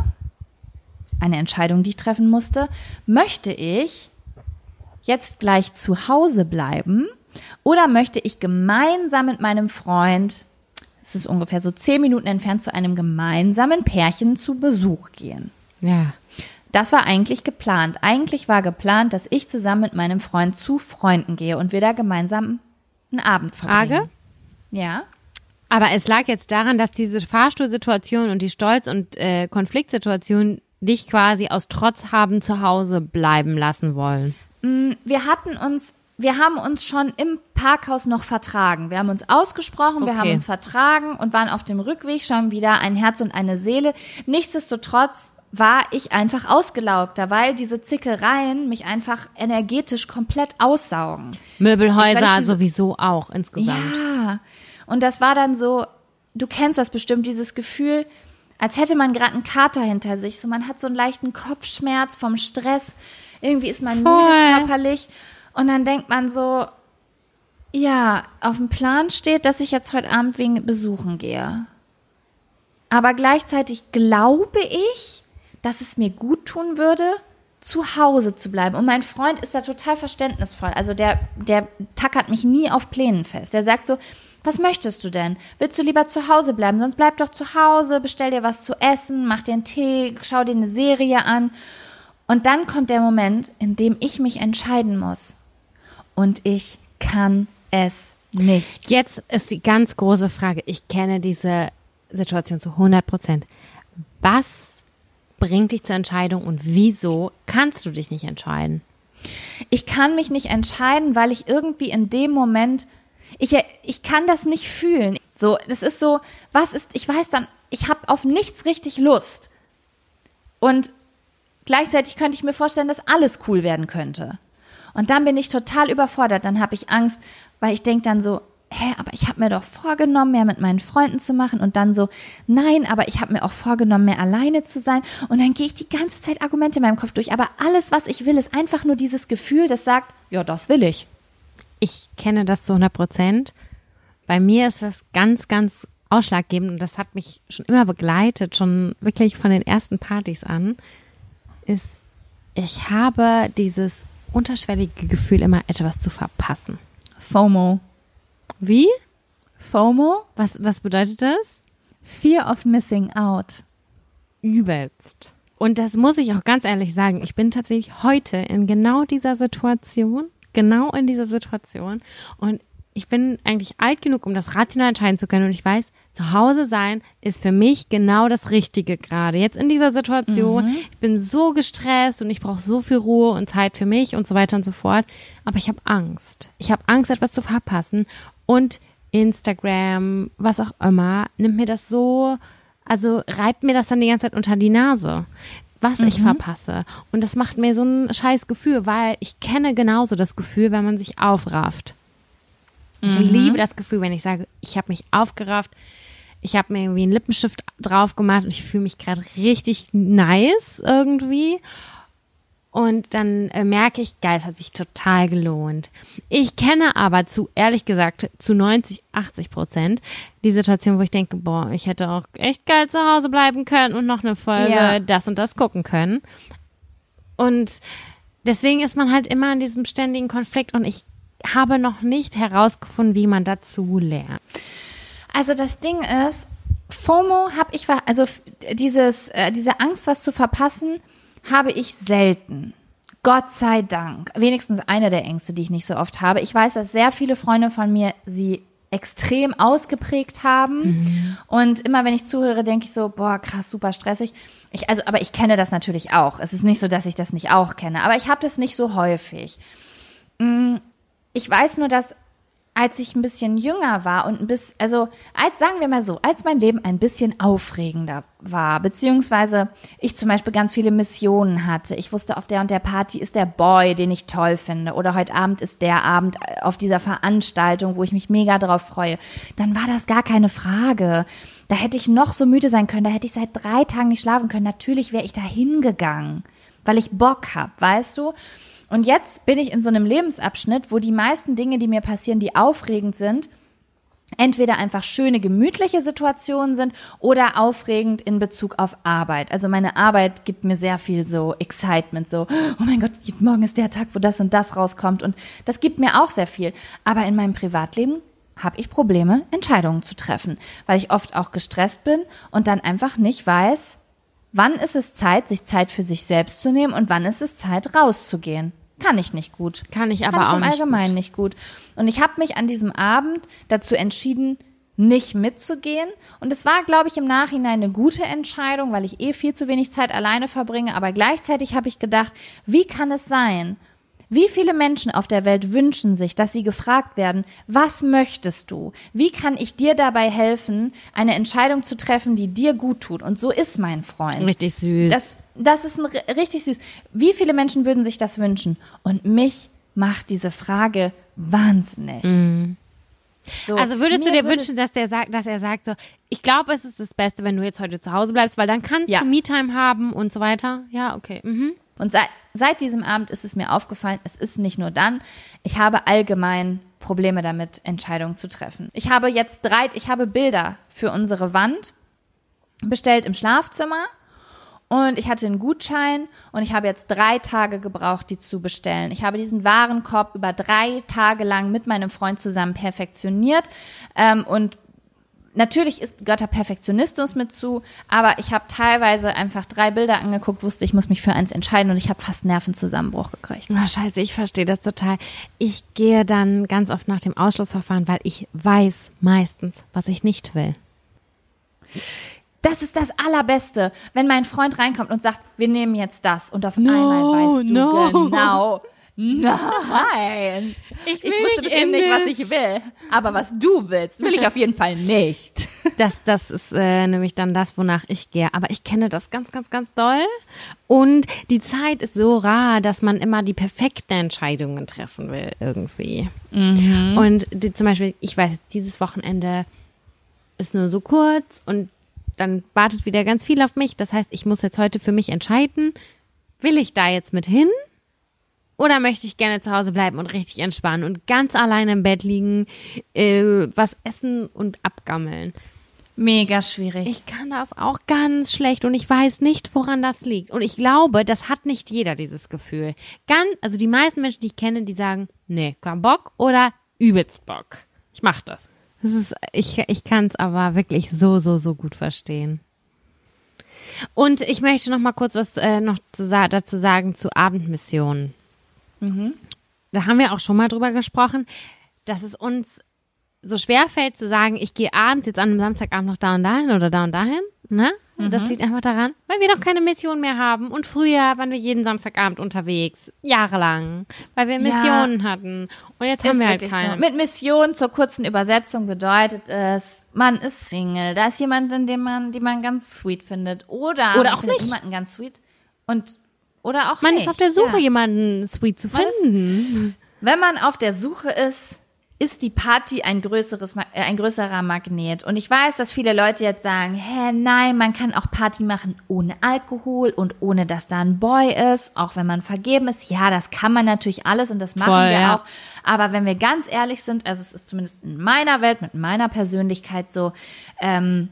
eine Entscheidung, die ich treffen musste, möchte ich jetzt gleich zu Hause bleiben oder möchte ich gemeinsam mit meinem Freund, es ist ungefähr so zehn Minuten entfernt, zu einem gemeinsamen Pärchen zu Besuch gehen? Ja. Das war eigentlich geplant. Eigentlich war geplant, dass ich zusammen mit meinem Freund zu Freunden gehe und wir da gemeinsam einen Abend verbringen. Frage? Ja. Aber es lag jetzt daran, dass diese Fahrstuhlsituation und die Stolz- und äh, Konfliktsituation dich quasi aus Trotz haben zu Hause bleiben lassen wollen. Wir hatten uns, wir haben uns schon im Parkhaus noch vertragen. Wir haben uns ausgesprochen, wir Okay. haben uns vertragen und waren auf dem Rückweg schon wieder ein Herz und eine Seele. Nichtsdestotrotz war ich einfach ausgelaugter, weil diese Zickereien mich einfach energetisch komplett aussaugen. Möbelhäuser Weil ich diese- sowieso auch insgesamt. Ja, und das war dann so, du kennst das bestimmt, dieses Gefühl, als hätte man gerade einen Kater hinter sich. So, man hat so einen leichten Kopfschmerz vom Stress. Irgendwie ist man Voll. müde körperlich. Und dann denkt man so, ja, auf dem Plan steht, dass ich jetzt heute Abend wegen Besuchen gehe. Aber gleichzeitig glaube ich, dass es mir gut tun würde, zu Hause zu bleiben. Und mein Freund ist da total verständnisvoll. Also der, der tackert mich nie auf Plänen fest. Der sagt so, was möchtest du denn? Willst du lieber zu Hause bleiben? Sonst bleib doch zu Hause, bestell dir was zu essen, mach dir einen Tee, schau dir eine Serie an. Und dann kommt der Moment, in dem ich mich entscheiden muss. Und ich kann es nicht. Jetzt ist die ganz große Frage. Ich kenne diese Situation zu hundert Prozent. Was bringt dich zur Entscheidung und wieso kannst du dich nicht entscheiden? Ich kann mich nicht entscheiden, weil ich irgendwie in dem Moment, ich, ich kann das nicht fühlen. So, das ist so, was ist, ich weiß dann, ich habe auf nichts richtig Lust. Und gleichzeitig könnte ich mir vorstellen, dass alles cool werden könnte. Und dann bin ich total überfordert, dann habe ich Angst, weil ich denke dann so, hä, aber ich habe mir doch vorgenommen, mehr mit meinen Freunden zu machen und dann so, nein, aber ich habe mir auch vorgenommen, mehr alleine zu sein und dann gehe ich die ganze Zeit Argumente in meinem Kopf durch, aber alles, was ich will, ist einfach nur dieses Gefühl, das sagt, ja, das will ich. Ich kenne das zu hundert Prozent. Bei mir ist das ganz, ganz ausschlaggebend und das hat mich schon immer begleitet, schon wirklich von den ersten Partys an, ist, ich habe dieses unterschwellige Gefühl, immer etwas zu verpassen. FOMO. Wie? FOMO? Was, was bedeutet das? Fear of Missing Out. Übelst. Und das muss ich auch ganz ehrlich sagen. Ich bin tatsächlich heute in genau dieser Situation, genau in dieser Situation. Und ich bin eigentlich alt genug, um das rational entscheiden zu können. Und ich weiß, zu Hause sein ist für mich genau das Richtige gerade. Jetzt in dieser Situation. Mhm. Ich bin so gestresst und ich brauche so viel Ruhe und Zeit für mich und so weiter und so fort. Aber ich habe Angst. Ich habe Angst, etwas zu verpassen. Und Instagram, was auch immer, nimmt mir das so, also reibt mir das dann die ganze Zeit unter die Nase, was mhm. ich verpasse. Und das macht mir so ein scheiß Gefühl, weil ich kenne genauso das Gefühl, wenn man sich aufrafft. Ich mhm. liebe das Gefühl, wenn ich sage, ich habe mich aufgerafft, ich habe mir irgendwie einen Lippenstift drauf gemacht und ich fühle mich gerade richtig nice irgendwie. Und dann äh, merke ich, geil, es hat sich total gelohnt. Ich kenne aber zu, ehrlich gesagt, zu neunzig, achtzig Prozent die Situation, wo ich denke, boah, ich hätte auch echt geil zu Hause bleiben können und noch eine Folge ja. das und das gucken können. Und deswegen ist man halt immer in diesem ständigen Konflikt und ich habe noch nicht herausgefunden, wie man dazu lernt. Also das Ding ist, FOMO habe ich, also dieses, äh, diese Angst, was zu verpassen, habe ich selten. Gott sei Dank. Wenigstens eine der Ängste, die ich nicht so oft habe. Ich weiß, dass sehr viele Freunde von mir sie extrem ausgeprägt haben. Mhm. Und immer wenn ich zuhöre, denke ich so, boah, krass, super stressig. Ich, also, aber ich kenne das natürlich auch. Es ist nicht so, dass ich das nicht auch kenne. Aber ich habe das nicht so häufig. Ich weiß nur, dass als ich ein bisschen jünger war und ein bisschen, also als, sagen wir mal so, als mein Leben ein bisschen aufregender war, beziehungsweise ich zum Beispiel ganz viele Missionen hatte. Ich wusste, auf der und der Party ist der Boy, den ich toll finde, oder heute Abend ist der Abend auf dieser Veranstaltung, wo ich mich mega drauf freue. Dann war das gar keine Frage. Da hätte ich noch so müde sein können, da hätte ich seit drei Tagen nicht schlafen können. Natürlich wäre ich da hingegangen, weil ich Bock habe, weißt du? Und jetzt bin ich in so einem Lebensabschnitt, wo die meisten Dinge, die mir passieren, die aufregend sind, entweder einfach schöne, gemütliche Situationen sind oder aufregend in Bezug auf Arbeit. Also meine Arbeit gibt mir sehr viel so Excitement, so, oh mein Gott, morgen ist der Tag, wo das und das rauskommt. Und das gibt mir auch sehr viel. Aber in meinem Privatleben habe ich Probleme, Entscheidungen zu treffen, weil ich oft auch gestresst bin und dann einfach nicht weiß, wann ist es Zeit, sich Zeit für sich selbst zu nehmen und wann ist es Zeit, rauszugehen? Kann ich nicht gut. Kann ich aber Kann ich auch im nicht Allgemeinen gut. nicht gut. Und ich habe mich an diesem Abend dazu entschieden, nicht mitzugehen. Und es war, glaube ich, im Nachhinein eine gute Entscheidung, weil ich eh viel zu wenig Zeit alleine verbringe. Aber gleichzeitig habe ich gedacht, wie kann es sein? Wie viele Menschen auf der Welt wünschen sich, dass sie gefragt werden, was möchtest du? Wie kann ich dir dabei helfen, eine Entscheidung zu treffen, die dir gut tut? Und so ist mein Freund. Richtig süß. Das, das ist ein, richtig süß. Wie viele Menschen würden sich das wünschen? Und mich macht diese Frage wahnsinnig. Mhm. So, also würdest du dir würde wünschen, dass der sagt, dass er sagt so, ich glaube, es ist das Beste, wenn du jetzt heute zu Hause bleibst, weil dann kannst Ja. du Me-Time haben und so weiter? Ja, okay. Mhm. Und seit, seit diesem Abend ist es mir aufgefallen, es ist nicht nur dann, ich habe allgemein Probleme damit, Entscheidungen zu treffen. Ich habe jetzt drei, ich habe Bilder für unsere Wand bestellt im Schlafzimmer und ich hatte einen Gutschein und ich habe jetzt drei Tage gebraucht, die zu bestellen. Ich habe diesen Warenkorb über drei Tage lang mit meinem Freund zusammen perfektioniert ähm, und natürlich ist, gehört da Perfektionismus mit zu, aber ich habe teilweise einfach drei Bilder angeguckt, wusste, ich muss mich für eins entscheiden und ich habe fast Nervenzusammenbruch gekriegt. Oh, scheiße, ich verstehe das total. Ich gehe dann ganz oft nach dem Ausschlussverfahren, weil ich weiß meistens, was ich nicht will. Das ist das Allerbeste, wenn mein Freund reinkommt und sagt, wir nehmen jetzt das und auf No, einmal weißt du no. genau, nein, Ich, ich wusste bis eben nicht, was ich will, aber was du willst, will ich auf jeden Fall nicht. Das, das ist äh, nämlich dann das, wonach ich gehe. Aber ich kenne das ganz, ganz, ganz doll. Und die Zeit ist so rar, dass man immer die perfekten Entscheidungen treffen will irgendwie. Mhm. Und die, zum Beispiel, ich weiß, dieses Wochenende ist nur so kurz und dann wartet wieder ganz viel auf mich. Das heißt, ich muss jetzt heute für mich entscheiden, will ich da jetzt mit hin? Oder möchte ich gerne zu Hause bleiben und richtig entspannen und ganz alleine im Bett liegen, äh, was essen und abgammeln? Mega schwierig. Ich kann das auch ganz schlecht und ich weiß nicht, woran das liegt. Und ich glaube, das hat nicht jeder, dieses Gefühl. Ganz, also die meisten Menschen, die ich kenne, die sagen, nee, kein Bock oder übelst Bock. Ich mach das. Das ist, ich, ich kann es aber wirklich so, so, so gut verstehen. Und ich möchte noch mal kurz was äh, noch zu, dazu sagen zu Abendmissionen. Mhm. Da haben wir auch schon mal drüber gesprochen, dass es uns so schwer fällt zu sagen, ich gehe abends jetzt an einem Samstagabend noch da und dahin oder da und dahin. Ne? Und mhm. das liegt einfach daran, weil wir doch keine Mission mehr haben. Und früher waren wir jeden Samstagabend unterwegs, jahrelang, weil wir Missionen ja. hatten. Und jetzt haben ist wir halt keine. So. Mit Mission zur kurzen Übersetzung bedeutet es, man ist Single. Da ist jemand, den man, die man ganz sweet findet. Oder, oder auch nicht. Jemanden ganz sweet. Und oder auch man nicht. ist auf der Suche, ja. jemanden sweet zu finden. Ist, wenn man auf der Suche ist, ist die Party ein größeres, äh, ein größerer Magnet. Und ich weiß, dass viele Leute jetzt sagen, hä, nein, man kann auch Party machen ohne Alkohol und ohne, dass da ein Boy ist, auch wenn man vergeben ist. Ja, das kann man natürlich alles und das machen Voll, wir ja. auch. Aber wenn wir ganz ehrlich sind, also es ist zumindest in meiner Welt, mit meiner Persönlichkeit so, ähm,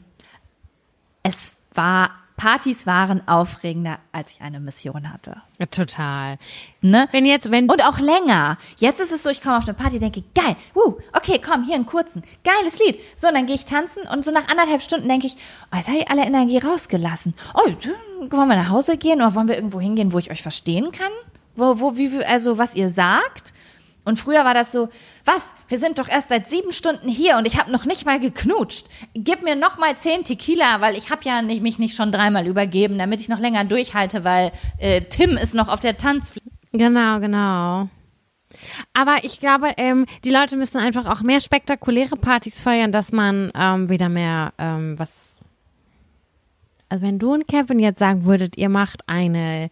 es war Partys waren aufregender, als ich eine Mission hatte. Ja, total. Ne? Wenn jetzt, wenn und auch länger. Jetzt ist es so, ich komme auf eine Party, denke, geil, uh, okay, komm, hier einen kurzen, geiles Lied. So, und dann gehe ich tanzen und so nach anderthalb Stunden denke ich, oh, jetzt habe ich alle Energie rausgelassen. Oh, wollen wir nach Hause gehen oder wollen wir irgendwo hingehen, wo ich euch verstehen kann? Wo, wo, wie, also was ihr sagt? Und früher war das so, was, wir sind doch erst seit sieben Stunden hier und ich habe noch nicht mal geknutscht. Gib mir noch mal zehn Tequila, weil ich habe ja nicht, mich nicht schon dreimal übergeben, damit ich noch länger durchhalte, weil äh, Tim ist noch auf der Tanzfläche. Genau, genau. Aber ich glaube, ähm, die Leute müssen einfach auch mehr spektakuläre Partys feiern, dass man ähm, wieder mehr ähm, was... Also wenn du und Kevin jetzt sagen würdet, ihr macht eine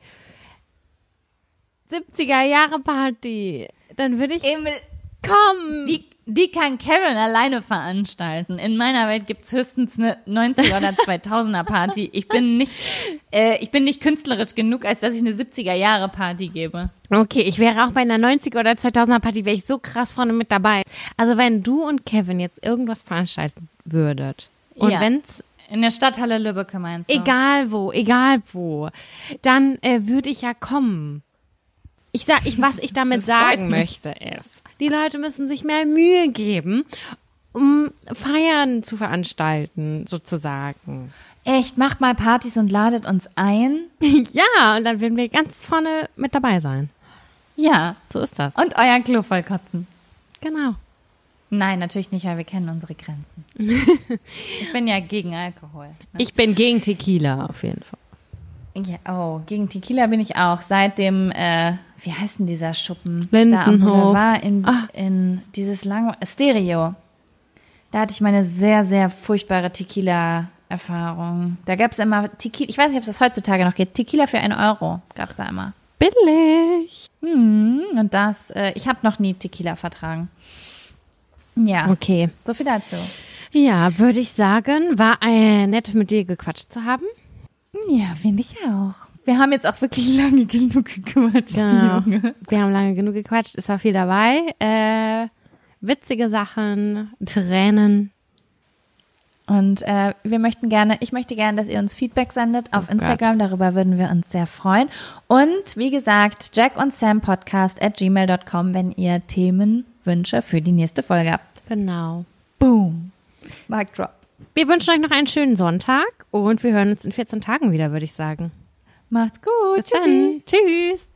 siebziger-Jahre-Party... Dann würde ich, Emil, komm. Die, die kann Kevin alleine veranstalten. In meiner Welt gibt's höchstens eine neunziger oder zweitausender Party. Ich bin nicht, äh, ich bin nicht künstlerisch genug, als dass ich eine siebziger-Jahre-Party gebe. Okay, ich wäre auch bei einer neunziger oder zweitausender Party, wäre ich so krass vorne mit dabei. Also wenn du und Kevin jetzt irgendwas veranstalten würdet und ja. wenn's in der Stadthalle Lübbecke meinst du? Egal wo, egal wo, dann äh, würde ich ja kommen. Ich sag, ich, was ich damit sagen möchte ist, die Leute müssen sich mehr Mühe geben, um Feiern zu veranstalten, sozusagen. Echt, macht mal Partys und ladet uns ein. Ja, und dann werden wir ganz vorne mit dabei sein. Ja. So ist das. Und euer Klo vollkotzen. Genau. Nein, natürlich nicht, weil wir kennen unsere Grenzen. Ich bin ja gegen Alkohol. Ne? Ich bin gegen Tequila, auf jeden Fall. Ja, oh, gegen Tequila bin ich auch. Seit dem, äh, wie heißt denn dieser Schuppen? Lindenhof. Da war in, ah. in dieses lange Stereo. Da hatte ich meine sehr, sehr furchtbare Tequila-Erfahrung. Da gab es immer Tequila, ich weiß nicht, ob es das heutzutage noch geht. Tequila für einen Euro gab es da immer. Billig. Hm, und das, äh, ich habe noch nie Tequila vertragen. Ja. Okay. So viel dazu. Ja, würde ich sagen, war äh, nett mit dir gequatscht zu haben. Ja, finde ich auch. Wir haben jetzt auch wirklich lange genug gequatscht, Genau. Junge. Wir haben lange genug gequatscht, es war viel dabei. Äh, witzige Sachen, Tränen. Und äh, wir möchten gerne, ich möchte gerne, dass ihr uns Feedback sendet auf Oh Instagram, darüber würden wir uns sehr freuen. Und wie gesagt, Jack und Sam Podcast at gmail dot com, wenn ihr Themenwünsche für die nächste Folge habt. Genau. Boom. Mic drop. Wir wünschen euch noch einen schönen Sonntag und wir hören uns in vierzehn Tagen wieder, würde ich sagen. Macht's gut. Bis dann. Tschüss.